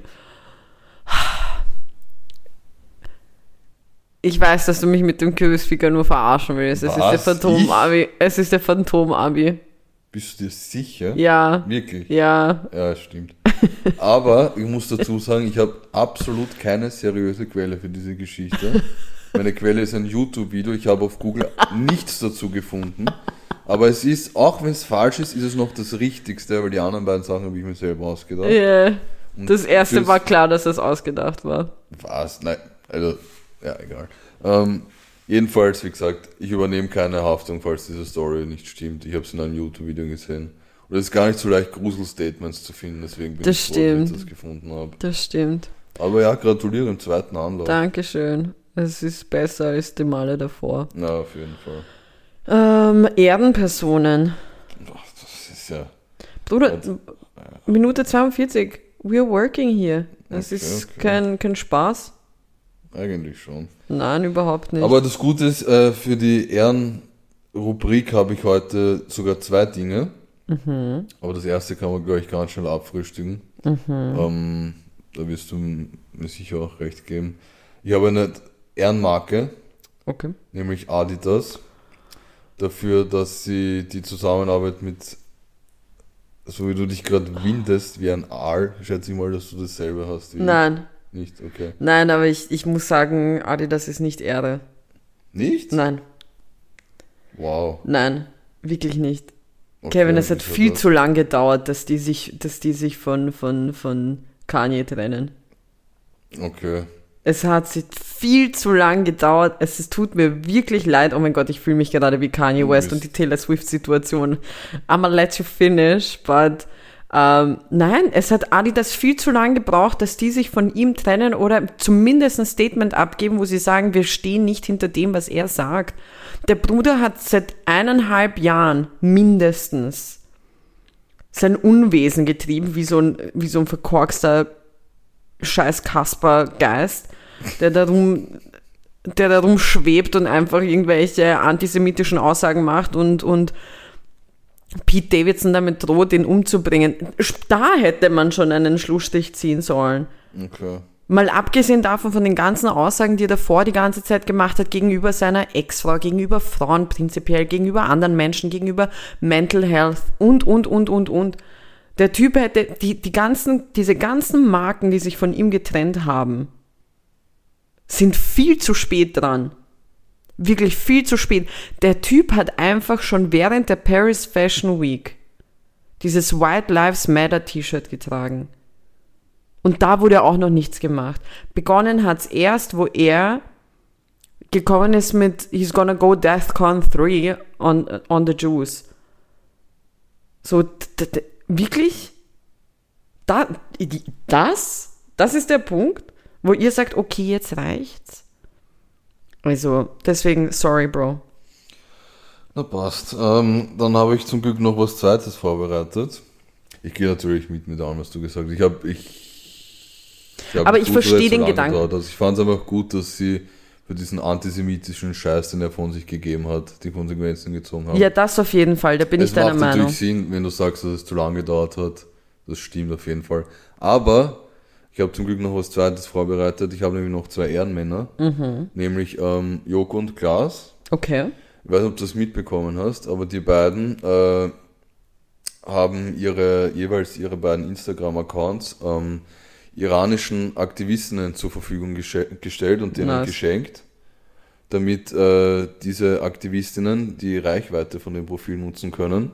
Speaker 1: Ich weiß, dass du mich mit dem Kürbisficker nur verarschen willst. Es
Speaker 2: Was?
Speaker 1: ist der Phantom-Abi. Es ist der Phantom-Abi.
Speaker 2: Bist du dir sicher?
Speaker 1: Ja.
Speaker 2: Wirklich?
Speaker 1: Ja.
Speaker 2: Ja, stimmt. Aber ich muss dazu sagen, ich habe absolut keine seriöse Quelle für diese Geschichte. Meine Quelle ist ein YouTube-Video. Ich habe auf Google nichts dazu gefunden. Aber es ist, auch wenn es falsch ist, ist es noch das Richtigste, weil die anderen beiden Sachen habe ich mir selber ausgedacht.
Speaker 1: Yeah.
Speaker 2: Und
Speaker 1: Das erste
Speaker 2: das-
Speaker 1: war klar, dass das ausgedacht war.
Speaker 2: Was? Nein, also, ja, egal. Ähm, jedenfalls, wie gesagt, ich übernehme keine Haftung, falls diese Story nicht stimmt. Ich habe es in einem YouTube-Video gesehen. Und es ist gar nicht so leicht, Gruselstatements zu finden, deswegen bin
Speaker 1: Das
Speaker 2: ich froh, dass ich
Speaker 1: stimmt.
Speaker 2: das gefunden habe.
Speaker 1: Das stimmt.
Speaker 2: Aber ja, gratuliere im zweiten Anlauf.
Speaker 1: Dankeschön. Es ist besser als die Male davor.
Speaker 2: Ja, auf jeden Fall.
Speaker 1: Ähm, Erdenpersonen.
Speaker 2: Ach, das ist ja...
Speaker 1: Bruder,
Speaker 2: Also,
Speaker 1: Minute zweiundvierzig. We're working here. Es
Speaker 2: Okay,
Speaker 1: ist
Speaker 2: okay.
Speaker 1: Kein, kein Spaß.
Speaker 2: Eigentlich schon.
Speaker 1: Nein, überhaupt nicht.
Speaker 2: Aber das Gute ist, äh, für die Ehrenrubrik habe ich heute sogar zwei Dinge.
Speaker 1: mhm.
Speaker 2: Aber das erste kann man, glaube ich, ganz schnell abfrühstücken.
Speaker 1: Mhm.
Speaker 2: Ähm, da wirst du mir sicher auch recht geben. Ich habe eine Ehrenmarke,
Speaker 1: Okay.
Speaker 2: nämlich Adidas, dafür, dass sie die Zusammenarbeit mit, so wie du dich gerade windest, wie ein Aal, schätze ich mal, dass du dasselbe hast. Wie
Speaker 1: Nein.
Speaker 2: ich. Nicht, okay.
Speaker 1: Nein, aber ich, ich muss sagen, Adidas ist nicht Ehre.
Speaker 2: Nicht?
Speaker 1: Nein,
Speaker 2: Wow.
Speaker 1: nein, wirklich nicht.
Speaker 2: Okay,
Speaker 1: Kevin, es hat
Speaker 2: wieso
Speaker 1: viel
Speaker 2: das?
Speaker 1: zu lang gedauert, dass die sich, dass die sich von, von, von Kanye trennen.
Speaker 2: Okay.
Speaker 1: Es hat sich viel zu lang gedauert. Es, es tut mir wirklich leid. Oh mein Gott, ich fühle mich gerade wie Kanye
Speaker 2: Du
Speaker 1: West
Speaker 2: bist-
Speaker 1: und die Taylor Swift-Situation. I'ma let you finish, but ähm, nein, es hat Adidas viel zu lang gebraucht, dass die sich von ihm trennen oder zumindest ein Statement abgeben, wo sie sagen, wir stehen nicht hinter dem, was er sagt. Der Bruder hat seit eineinhalb Jahren mindestens sein Unwesen getrieben, wie so ein, wie so ein verkorkster scheiß Kasper-Geist, der darum, der darum schwebt und einfach irgendwelche antisemitischen Aussagen macht und, und Pete Davidson damit droht, ihn umzubringen. Da hätte man schon einen Schlussstrich ziehen sollen.
Speaker 2: Okay.
Speaker 1: Mal abgesehen davon, von den ganzen Aussagen, die er davor die ganze Zeit gemacht hat, gegenüber seiner Ex-Frau, gegenüber Frauen prinzipiell, gegenüber anderen Menschen, gegenüber Mental Health und, und, und, und, und. Der Typ hätte, die, die ganzen, diese ganzen Marken, die sich von ihm getrennt haben, sind viel zu spät dran. Wirklich viel zu spät. Der Typ hat einfach schon während der Paris Fashion Week dieses White Lives Matter T-Shirt getragen. Und da wurde auch noch nichts gemacht. Begonnen hat's erst, wo er gekommen ist mit He's gonna go DEFCON drei on, on the Jews. So, d- d- wirklich? Da, das? Das ist der Punkt, wo ihr sagt, okay, jetzt reicht's? Also, deswegen, sorry, Bro.
Speaker 2: Na passt. Ähm, dann habe ich zum Glück noch was Zweites vorbereitet. Ich gehe natürlich mit mit allem, was du gesagt hast. Ich habe ich Ich
Speaker 1: Aber ich verstehe den Gedanken.
Speaker 2: Also ich fand es einfach gut, dass sie für diesen antisemitischen Scheiß, den er von sich gegeben hat, die Konsequenzen gezogen haben.
Speaker 1: Ja, das auf jeden Fall, da bin ich deiner Meinung.
Speaker 2: Es macht natürlich Sinn, wenn du sagst, dass es zu lange gedauert hat. Das stimmt auf jeden Fall. Aber ich habe zum Glück noch was Zweites vorbereitet. Ich habe nämlich noch zwei Ehrenmänner, mhm. nämlich ähm, Joko und Klaas.
Speaker 1: Okay.
Speaker 2: Ich weiß nicht, ob du das mitbekommen hast, aber die beiden äh, haben ihre jeweils ihre beiden Instagram-Accounts ähm, iranischen Aktivistinnen zur Verfügung gesche- gestellt und denen nice. geschenkt, damit äh, diese Aktivistinnen die Reichweite von dem Profil nutzen können,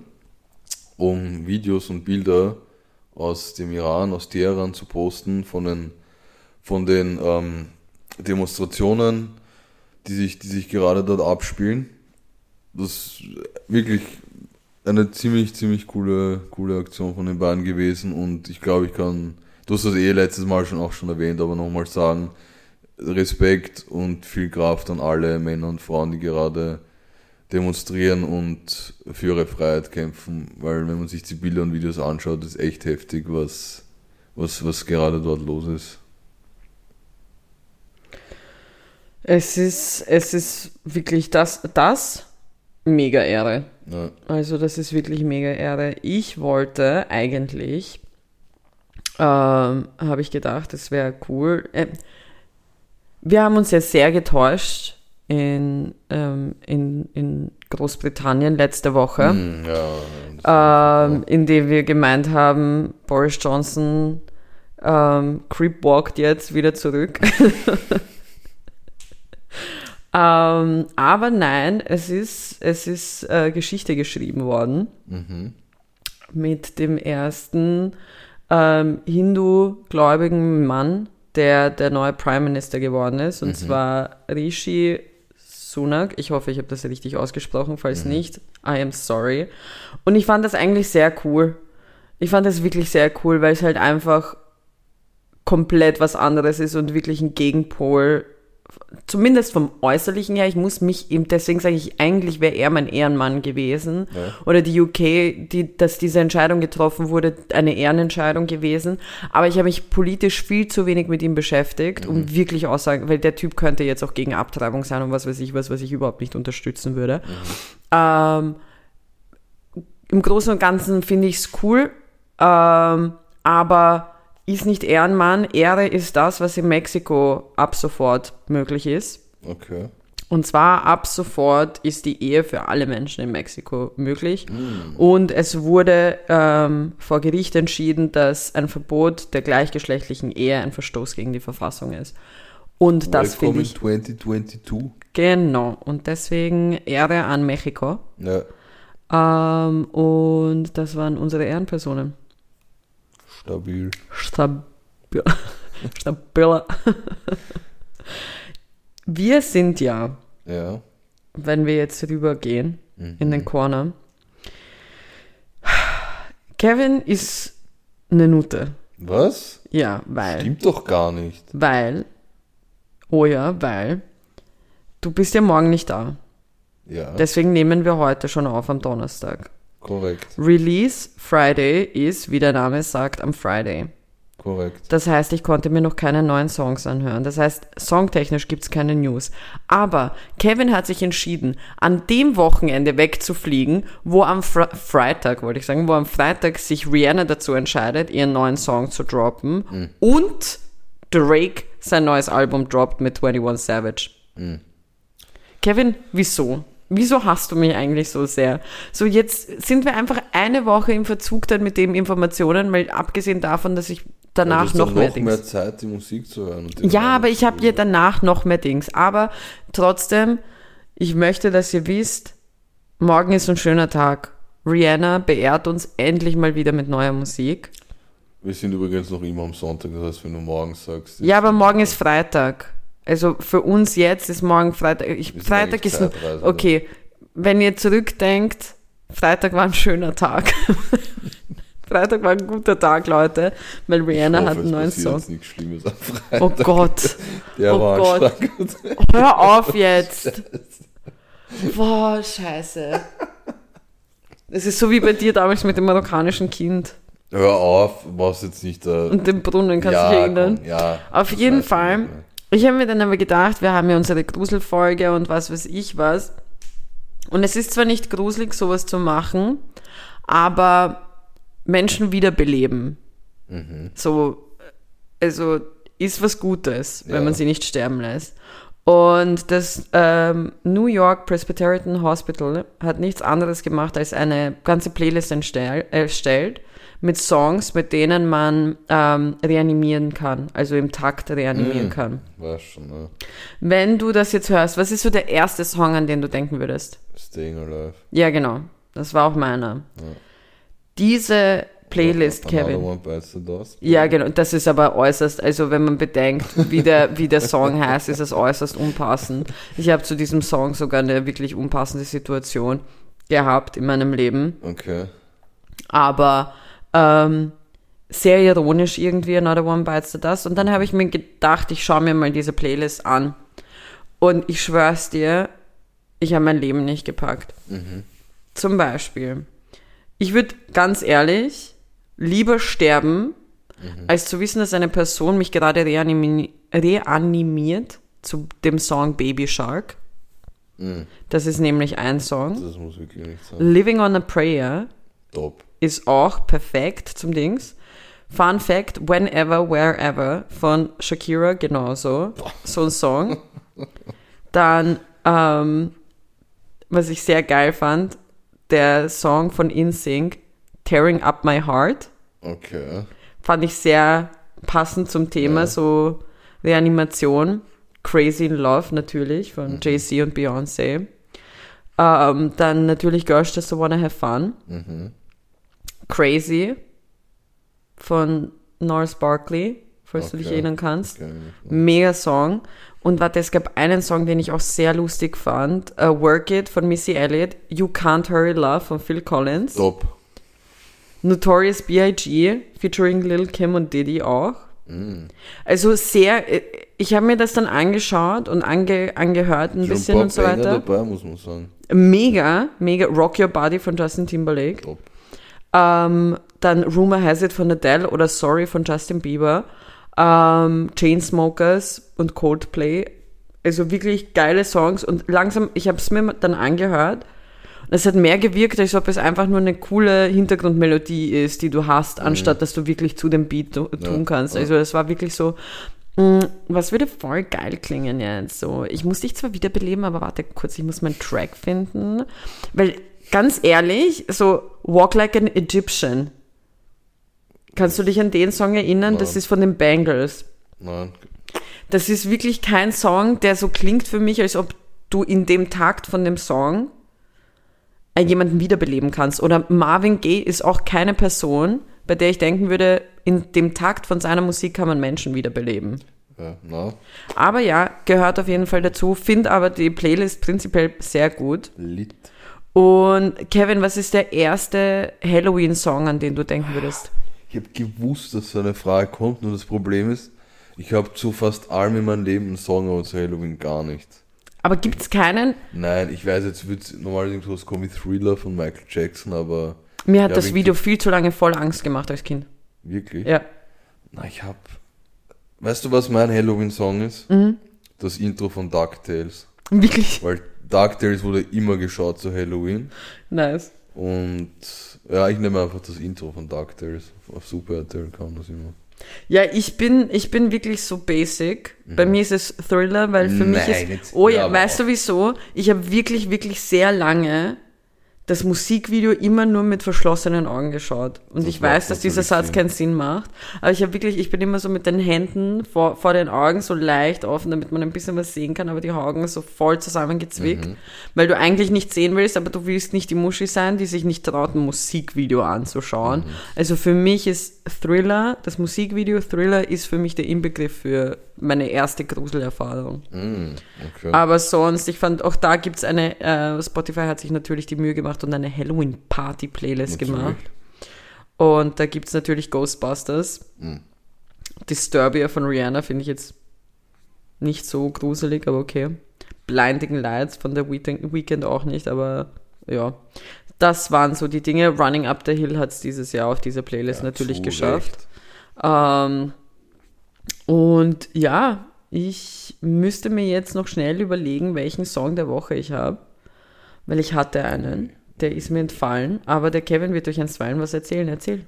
Speaker 2: um Videos und Bilder aus dem Iran, aus Teheran zu posten, von den, von den ähm, Demonstrationen, die sich, die sich gerade dort abspielen. Das ist wirklich eine ziemlich, ziemlich coole, coole Aktion von den beiden gewesen und ich glaube, ich kann, du hast das eh letztes Mal schon auch schon erwähnt, aber nochmal sagen, Respekt und viel Kraft an alle Männer und Frauen, die gerade demonstrieren und für ihre Freiheit kämpfen, weil wenn man sich die Bilder und Videos anschaut, ist echt heftig, was, was, was gerade dort los ist.
Speaker 1: Es ist, es ist wirklich das, das mega Ehre.
Speaker 2: Ja.
Speaker 1: Also das ist wirklich mega Ehre. Ich wollte eigentlich, ähm, habe ich gedacht, das wäre cool. Äh, wir haben uns ja sehr getäuscht in, ähm, in, in Großbritannien letzte Woche,
Speaker 2: Mm, ja,
Speaker 1: ähm, indem wir gemeint haben, Boris Johnson ähm, creepwalkt jetzt wieder zurück. ähm, aber nein, es ist, es ist äh, Geschichte geschrieben worden
Speaker 2: mhm.
Speaker 1: mit dem ersten ähm, Hindu-gläubigen Mann, der der neue Prime Minister geworden ist, und mhm. zwar Rishi Sunak. Ich hoffe, ich habe das richtig ausgesprochen, falls mhm. nicht, I am sorry. Und ich fand das eigentlich sehr cool. Ich fand das wirklich sehr cool, weil es halt einfach komplett was anderes ist und wirklich ein Gegenpol, zumindest vom Äußerlichen her. Ich muss mich eben, deswegen sage ich, eigentlich wäre er mein Ehrenmann gewesen. Ja. Oder die U K, die, dass diese Entscheidung getroffen wurde, eine Ehrenentscheidung gewesen. Aber ich habe mich politisch viel zu wenig mit ihm beschäftigt, mhm. um wirklich aussagen, weil der Typ könnte jetzt auch gegen Abtreibung sein und was weiß ich, was, was ich überhaupt nicht unterstützen würde. Mhm. Ähm, im Großen und Ganzen finde ich es cool, ähm, aber ist nicht Ehrenmann. Ehre ist das, was in Mexiko ab sofort möglich ist.
Speaker 2: Okay.
Speaker 1: Und zwar ab sofort ist die Ehe für alle Menschen in Mexiko möglich. Mm. Und es wurde ähm, vor Gericht entschieden, dass ein Verbot der gleichgeschlechtlichen Ehe ein Verstoß gegen die Verfassung ist. Und das finde ich...
Speaker 2: zwanzig zweiundzwanzig.
Speaker 1: Genau. Und deswegen Ehre an Mexiko.
Speaker 2: Ja.
Speaker 1: Ähm, und das waren unsere Ehrenpersonen.
Speaker 2: Stabil.
Speaker 1: Stabil. Stabil. Wir sind ja,
Speaker 2: ja,
Speaker 1: wenn wir jetzt rübergehen mhm. in den Corner, Kevin ist eine Nutte.
Speaker 2: Was?
Speaker 1: Ja, weil...
Speaker 2: Stimmt doch gar nicht.
Speaker 1: Weil, oh ja, weil, du bist ja morgen nicht da.
Speaker 2: Ja.
Speaker 1: Deswegen nehmen wir heute schon auf am Donnerstag.
Speaker 2: Korrekt.
Speaker 1: Release Friday ist, wie der Name sagt, am Friday.
Speaker 2: Korrekt.
Speaker 1: Das heißt, ich konnte mir noch keine neuen Songs anhören. Das heißt, songtechnisch gibt's keine News. Aber Kevin hat sich entschieden, an dem Wochenende wegzufliegen, wo am Fre- Freitag, wollte ich sagen, wo am Freitag sich Rihanna dazu entscheidet, ihren neuen Song zu droppen. Mhm. Und Drake sein neues Album droppt mit einundzwanzig Savage.
Speaker 2: Mhm.
Speaker 1: Kevin, wieso? Wieso hast du mich eigentlich so sehr? So, jetzt sind wir einfach eine Woche im Verzug dann mit den Informationen, weil abgesehen davon, dass ich danach
Speaker 2: ja,
Speaker 1: noch mehr
Speaker 2: noch
Speaker 1: Dings...
Speaker 2: mehr Zeit, die Musik zu hören. Und
Speaker 1: ja, aber ich habe ja danach noch mehr Dings. Aber trotzdem, ich möchte, dass ihr wisst, morgen ist ein schöner Tag. Rihanna beehrt uns endlich mal wieder mit neuer Musik.
Speaker 2: Wir sind übrigens noch immer am Sonntag, das heißt, wenn du morgen sagst...
Speaker 1: Ja, aber morgen ist Freitag. Also für uns jetzt ist morgen Freitag. Ich, Freitag ist ein, okay, wenn ihr zurückdenkt, Freitag war ein schöner Tag. Freitag war ein guter Tag, Leute, weil Rihanna
Speaker 2: hoffe,
Speaker 1: hat einen neuen Song.
Speaker 2: Jetzt nichts Schlimmes am Freitag.
Speaker 1: Oh Gott.
Speaker 2: Der
Speaker 1: oh
Speaker 2: war
Speaker 1: Gott. Hör auf jetzt. Boah, scheiße. Es ist so wie bei dir damals mit dem marokkanischen Kind.
Speaker 2: Hör auf, was jetzt nicht da.
Speaker 1: Und dem Brunnen, kannst du
Speaker 2: ja,
Speaker 1: dich erinnern?
Speaker 2: Komm, ja,
Speaker 1: auf jeden Fall. Ich habe mir dann aber gedacht, wir haben ja unsere Gruselfolge und was weiß ich was. Und es ist zwar nicht gruselig, sowas zu machen, aber Menschen wiederbeleben.
Speaker 2: Mhm.
Speaker 1: So, also ist was Gutes, wenn
Speaker 2: ja.
Speaker 1: man sie nicht sterben lässt. Und das ähm, New York Presbyterian Hospital hat nichts anderes gemacht, als eine ganze Playlist erstellt, erstellt mit Songs, mit denen man ähm, reanimieren kann, also im Takt reanimieren mm, kann.
Speaker 2: Weiß schon, ne?
Speaker 1: Wenn du das jetzt hörst, was ist so der erste Song, an den du denken würdest?
Speaker 2: Staying Alive.
Speaker 1: Ja, genau. Das war auch meiner. Ja. Diese Playlist,
Speaker 2: Another
Speaker 1: Kevin.
Speaker 2: One Bites the Dust.
Speaker 1: Ja, genau. Das ist aber äußerst, also wenn man bedenkt, wie der, wie der Song heißt, ist es äußerst unpassend. Ich habe zu diesem Song sogar eine wirklich unpassende Situation gehabt in meinem Leben.
Speaker 2: Okay.
Speaker 1: Aber ähm, sehr ironisch irgendwie, Another One Bites the Dust. Und dann habe ich mir gedacht, ich schaue mir mal diese Playlist an. Und ich schwör's dir, ich habe mein Leben nicht gepackt.
Speaker 2: Mhm.
Speaker 1: Zum Beispiel, ich würde ganz ehrlich lieber sterben, mhm. als zu wissen, dass eine Person mich gerade reanimi- reanimiert zu dem Song Baby Shark. Mhm. Das ist nämlich ein Song.
Speaker 2: Das muss wirklich nicht sein.
Speaker 1: Living on a Prayer.
Speaker 2: Top.
Speaker 1: Ist auch perfekt zum Dings. Fun Fact, Whenever, Wherever von Shakira, genauso. So ein Song. Dann, ähm, was ich sehr geil fand, der Song von In Sync, Tearing Up My Heart.
Speaker 2: Okay.
Speaker 1: Fand ich sehr passend zum Thema, ja. So Reanimation. Crazy in Love natürlich von mhm. Jay-Z und Beyoncé. Ähm, dann natürlich Girls Just Wanna Have Fun.
Speaker 2: Mhm.
Speaker 1: Crazy von Norris Barkley, falls okay. du dich erinnern kannst. Okay. Mega Song. Und warte, es gab einen Song, den ich auch sehr lustig fand. Uh, Work It von Missy Elliott. You Can't Hurry Love von Phil Collins.
Speaker 2: Top.
Speaker 1: Notorious B I G featuring Lil Kim und Diddy auch.
Speaker 2: Mm.
Speaker 1: Also sehr, ich habe mir das dann angeschaut und ange, angehört ein
Speaker 2: Schon
Speaker 1: bisschen
Speaker 2: ein
Speaker 1: und so weiter.
Speaker 2: Dabei, muss man sagen.
Speaker 1: Mega, mega. Rock Your Body von Justin Timberlake.
Speaker 2: Top.
Speaker 1: Ähm, dann Rumor Has It von Adele oder Sorry von Justin Bieber. Ähm, Chainsmokers und Coldplay. Also wirklich geile Songs und langsam, ich habe es mir dann angehört und es hat mehr gewirkt, als ob es einfach nur eine coole Hintergrundmelodie ist, die du hast, mhm. anstatt dass du wirklich zu dem Beat tun ja, kannst. Ja. Also es war wirklich so, mh, was würde voll geil klingen jetzt? So, ich muss dich zwar wiederbeleben, aber warte kurz, ich muss meinen Track finden, weil ganz ehrlich, so Walk Like an Egyptian. Kannst du dich an den Song erinnern? Nein. Das ist von den Bangles.
Speaker 2: Nein.
Speaker 1: Das ist wirklich kein Song, der so klingt für mich, als ob du in dem Takt von dem Song jemanden wiederbeleben kannst. Oder Marvin Gaye ist auch keine Person, bei der ich denken würde, in dem Takt von seiner Musik kann man Menschen wiederbeleben.
Speaker 2: Ja, no.
Speaker 1: Aber ja, gehört auf jeden Fall dazu. Finde aber die Playlist prinzipiell sehr gut.
Speaker 2: Lit.
Speaker 1: Und Kevin, was ist der erste Halloween-Song, an den du denken würdest?
Speaker 2: Ich habe gewusst, dass so eine Frage kommt, nur das Problem ist, ich habe zu fast allem in meinem Leben einen Song, aber zu Halloween gar nicht.
Speaker 1: Aber gibt es keinen?
Speaker 2: Nein, ich weiß, jetzt wird normalerweise sowas kommen wie Thriller von Michael Jackson, aber...
Speaker 1: Mir hat das Video viel zu lange voll Angst gemacht als Kind.
Speaker 2: Wirklich?
Speaker 1: Ja.
Speaker 2: Na, ich hab... Weißt du, was mein Halloween-Song ist?
Speaker 1: Mhm.
Speaker 2: Das Intro von DuckTales.
Speaker 1: Wirklich?
Speaker 2: Weil DuckTales wurde immer geschaut zu Halloween.
Speaker 1: Nice.
Speaker 2: Und ja, ich nehme einfach das Intro von DuckTales. Auf Super R T L kam das immer.
Speaker 1: Ja, ich bin, ich bin wirklich so basic. Mhm. Bei mir ist es Thriller, weil für
Speaker 2: Nein,
Speaker 1: mich ist...
Speaker 2: jetzt,
Speaker 1: Oh ja,
Speaker 2: ja
Speaker 1: weißt du wieso? Ich habe wirklich, wirklich sehr lange das Musikvideo immer nur mit verschlossenen Augen geschaut. Und
Speaker 2: Das
Speaker 1: ich weiß, dass dieser Satz
Speaker 2: Sinn.
Speaker 1: keinen Sinn macht. Aber ich habe wirklich, ich bin immer so mit den Händen vor, vor den Augen so leicht offen, damit man ein bisschen was sehen kann, aber die Augen so voll zusammengezwickt. Mhm. Weil du eigentlich nicht sehen willst, aber du willst nicht die Muschi sein, die sich nicht traut, ein Musikvideo anzuschauen. Mhm. Also für mich ist Thriller, das Musikvideo Thriller ist für mich der Inbegriff für meine erste Gruselerfahrung.
Speaker 2: Mhm. Okay.
Speaker 1: Aber sonst, ich fand, auch da gibt's eine, äh, Spotify hat sich natürlich die Mühe gemacht und eine Halloween-Party-Playlist
Speaker 2: Natürlich.
Speaker 1: gemacht. Und da gibt's natürlich Ghostbusters.
Speaker 2: Mhm.
Speaker 1: Disturbia von Rihanna finde ich jetzt nicht so gruselig, aber okay. Blinding Lights von der Weekend auch nicht, aber ja. Das waren so die Dinge. Running Up the Hill hat's dieses Jahr auf dieser Playlist
Speaker 2: Ja,
Speaker 1: natürlich
Speaker 2: zu
Speaker 1: geschafft. Ähm, und ja, ich müsste mir jetzt noch schnell überlegen, welchen Song der Woche ich habe, weil ich hatte einen, der ist mir entfallen, aber der Kevin wird euch einstweilen was erzählen. Erzähl.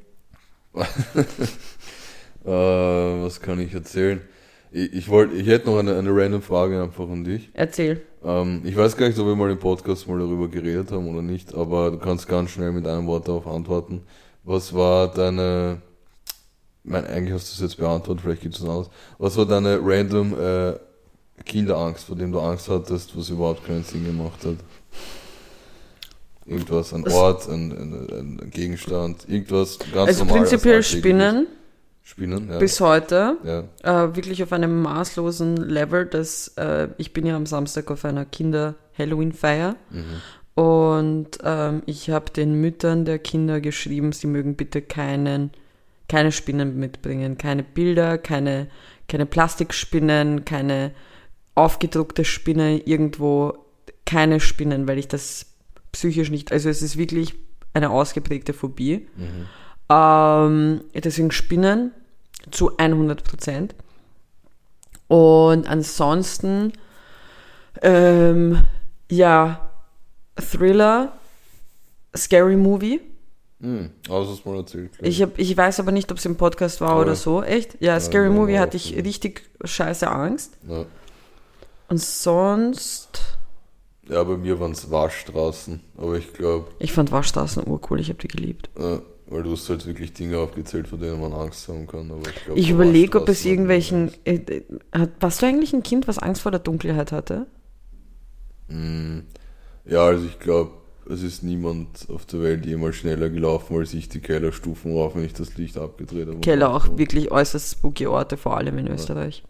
Speaker 2: äh, was kann ich erzählen? Ich, ich, wollt, ich hätte noch eine, eine random Frage einfach an dich.
Speaker 1: Erzähl.
Speaker 2: Ähm, ich weiß gar nicht, ob wir mal im Podcast mal darüber geredet haben oder nicht, aber du kannst ganz schnell mit einem Wort darauf antworten. Was war deine... Ich meine, eigentlich hast du es jetzt beantwortet, vielleicht gibt es was anderes. Was war deine random äh, Kinderangst, vor dem du Angst hattest, was überhaupt keinen Sinn gemacht hat? Irgendwas, ein Ort, ein, ein, ein Gegenstand, irgendwas ganz
Speaker 1: also
Speaker 2: normal.
Speaker 1: Prinzipiell Spinnen.
Speaker 2: Spinnen, ja.
Speaker 1: Bis heute.
Speaker 2: Ja.
Speaker 1: Äh, wirklich auf einem maßlosen Level. Dass, äh, ich bin ja am Samstag auf einer Kinder-Halloween-Feier. Mhm. Und ähm, ich habe den Müttern der Kinder geschrieben, sie mögen bitte keinen keine Spinnen mitbringen, keine Bilder, keine, keine Plastikspinnen, keine aufgedruckte Spinne irgendwo, keine Spinnen, weil ich das psychisch nicht, also es ist wirklich eine ausgeprägte Phobie. Mhm. Ähm, deswegen Spinnen zu hundert Prozent. Und ansonsten, ähm, ja, Thriller, Scary Movie.
Speaker 2: Hm, also hast du mal erzählt. Klar.
Speaker 1: Ich, hab, ich weiß aber nicht, ob es im Podcast war oh, oder so. Echt? Ja, ja Scary ja, Movie hatte ich ja. richtig scheiße Angst. Ja. Und sonst...
Speaker 2: Ja, bei mir waren es Waschstraßen, aber ich glaube...
Speaker 1: Ich fand Waschstraßen urcool, ich habe die geliebt.
Speaker 2: Ja, weil du hast halt wirklich Dinge aufgezählt, vor denen man Angst haben kann. Aber ich glaub,
Speaker 1: ich überlege, ob es irgendwelchen... Äh, hat, warst du eigentlich ein Kind, was Angst vor der Dunkelheit hatte?
Speaker 2: Mm, ja, also ich glaube... Es ist niemand auf der Welt jemals schneller gelaufen als ich die Kellerstufen rauf, wenn ich das Licht abgedreht habe.
Speaker 1: Keller auch und wirklich äußerst spooky Orte, vor allem in ja. Österreich.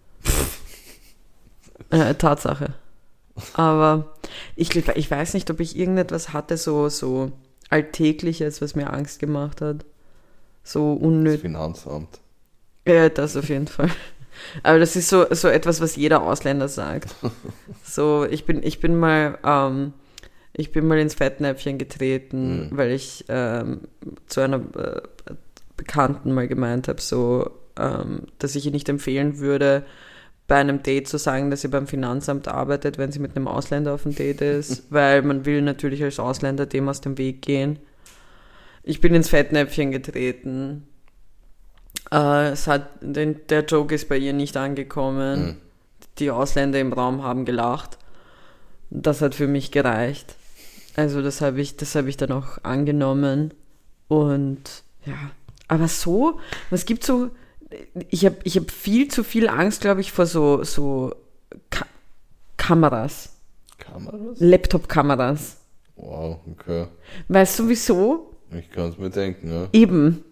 Speaker 1: äh, Tatsache. Aber ich, ich weiß nicht, ob ich irgendetwas hatte, so, so Alltägliches, was mir Angst gemacht hat. So unnötig.
Speaker 2: Das Finanzamt.
Speaker 1: Ja, das auf jeden Fall. Aber das ist so, so etwas, was jeder Ausländer sagt. So, ich bin, ich bin mal... Ähm, Ich bin mal ins Fettnäpfchen getreten, mhm. weil ich ähm, zu einer äh, Bekannten mal gemeint habe, so, ähm, dass ich ihr nicht empfehlen würde, bei einem Date zu sagen, dass sie beim Finanzamt arbeitet, wenn sie mit einem Ausländer auf dem Date ist, weil man will natürlich als Ausländer dem aus dem Weg gehen. Ich bin ins Fettnäpfchen getreten. Äh, es hat, den, der Joke ist bei ihr nicht angekommen. Mhm. Die Ausländer im Raum haben gelacht. Das hat für mich gereicht. Also das habe ich, das habe ich dann auch angenommen. Und ja, aber so, es gibt so, ich habe ich hab viel zu viel Angst, glaube ich, vor so, so Ka- Kameras.
Speaker 2: Kameras?
Speaker 1: Laptop-Kameras.
Speaker 2: Wow, okay.
Speaker 1: Weißt du wieso?
Speaker 2: Ich kann es mir denken, ja.
Speaker 1: Eben.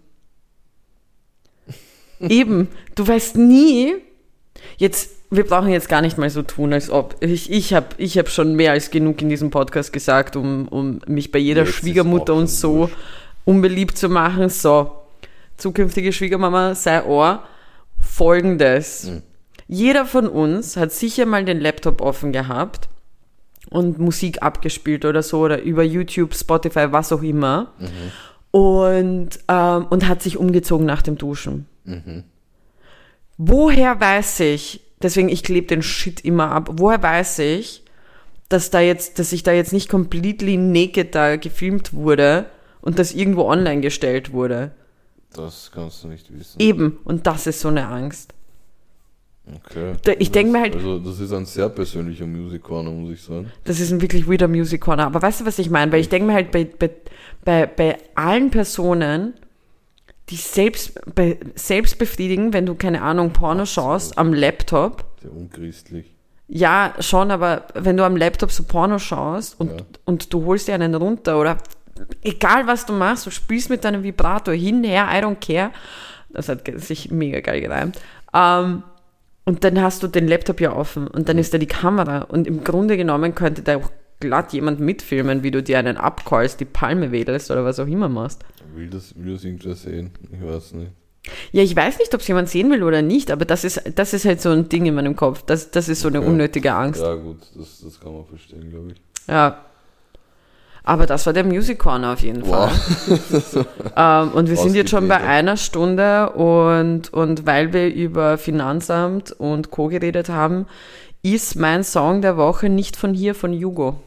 Speaker 1: Eben. Du weißt nie, jetzt... Wir brauchen jetzt gar nicht mal so tun, als ob. Ich, ich habe ich hab schon mehr als genug in diesem Podcast gesagt, um, um mich bei jeder jetzt Schwiegermutter und so wurscht. unbeliebt zu machen. So, zukünftige Schwiegermama, sei Ohr. Folgendes. Mhm. Jeder von uns hat sicher mal den Laptop offen gehabt und Musik abgespielt oder so, oder über YouTube, Spotify, was auch immer. Mhm. Und, ähm, und hat sich umgezogen nach dem Duschen. Mhm. Woher weiß ich... Deswegen, ich klebe den Shit immer ab. Woher weiß ich, dass da jetzt, dass ich da jetzt nicht completely naked da gefilmt wurde und das irgendwo online gestellt wurde?
Speaker 2: Das kannst du nicht wissen.
Speaker 1: Eben, und das ist so eine Angst.
Speaker 2: Okay.
Speaker 1: Da, ich denke mir halt...
Speaker 2: Also das ist ein sehr persönlicher Music Corner, muss ich sagen.
Speaker 1: Das ist ein wirklich weirder Music Corner. Aber weißt du, was ich meine? Weil ich denke mir halt bei, bei, bei, bei allen Personen, die selbst, bei, selbst befriedigen, wenn du, keine Ahnung, Porno schaust am Laptop.
Speaker 2: Sehr unchristlich.
Speaker 1: Ja, schon, aber wenn du am Laptop so Porno schaust und,
Speaker 2: Ja.
Speaker 1: und du holst dir einen runter oder egal was du machst, du spielst mit deinem Vibrator hin, her, I don't care. Das hat sich mega geil gereimt. Ähm, und dann hast du den Laptop ja offen und dann ist da die Kamera und im Grunde genommen könnte da auch glatt jemand mitfilmen, wie du dir einen abcallst, die Palme wedelst oder was auch immer machst.
Speaker 2: Will das, will das irgendwer sehen? Ich weiß nicht.
Speaker 1: Ja, ich weiß nicht, ob es jemand sehen will oder nicht, aber das ist, das ist halt so ein Ding in meinem Kopf. Das, das ist so eine
Speaker 2: Okay.
Speaker 1: unnötige Angst.
Speaker 2: Ja gut, das, das kann man verstehen, glaube ich.
Speaker 1: Ja. Aber das war der Music Corner auf jeden
Speaker 2: Wow.
Speaker 1: Fall. ähm, und wir sind jetzt schon bei
Speaker 2: Ausgebildet.
Speaker 1: einer Stunde und, und weil wir über Finanzamt und Co. geredet haben, ist mein Song der Woche nicht von hier, von Jugo.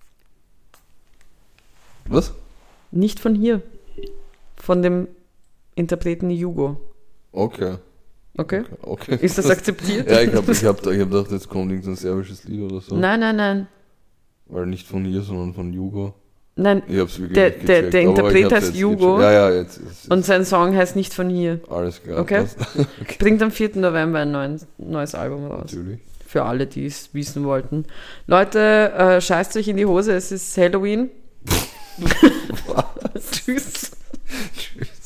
Speaker 2: Was?
Speaker 1: Nicht von hier. Von dem Interpreten Jugo.
Speaker 2: Okay.
Speaker 1: Okay?
Speaker 2: okay.
Speaker 1: Ist das akzeptiert?
Speaker 2: Ja, ich habe ich hab, ich hab gedacht, jetzt kommt irgendein serbisches Lied oder so.
Speaker 1: Nein, nein, nein.
Speaker 2: Weil nicht von hier, sondern von Jugo.
Speaker 1: Nein,
Speaker 2: Ich hab's wirklich
Speaker 1: Der-
Speaker 2: nicht
Speaker 1: der-
Speaker 2: gecheckt,
Speaker 1: der
Speaker 2: aber ich
Speaker 1: Interpret
Speaker 2: hab's
Speaker 1: heißt
Speaker 2: jetzt
Speaker 1: Jugo.
Speaker 2: gecheckt. Ja, ja, jetzt ist
Speaker 1: und sein Song heißt nicht von hier.
Speaker 2: alles klar.
Speaker 1: Okay.
Speaker 2: passt.
Speaker 1: Bringt am vierten November ein neues, neues Album raus.
Speaker 2: Natürlich.
Speaker 1: Für alle, die es wissen wollten. Leute, äh, scheißt euch in die Hose, es ist Halloween. Tschüss.
Speaker 2: Tschüss.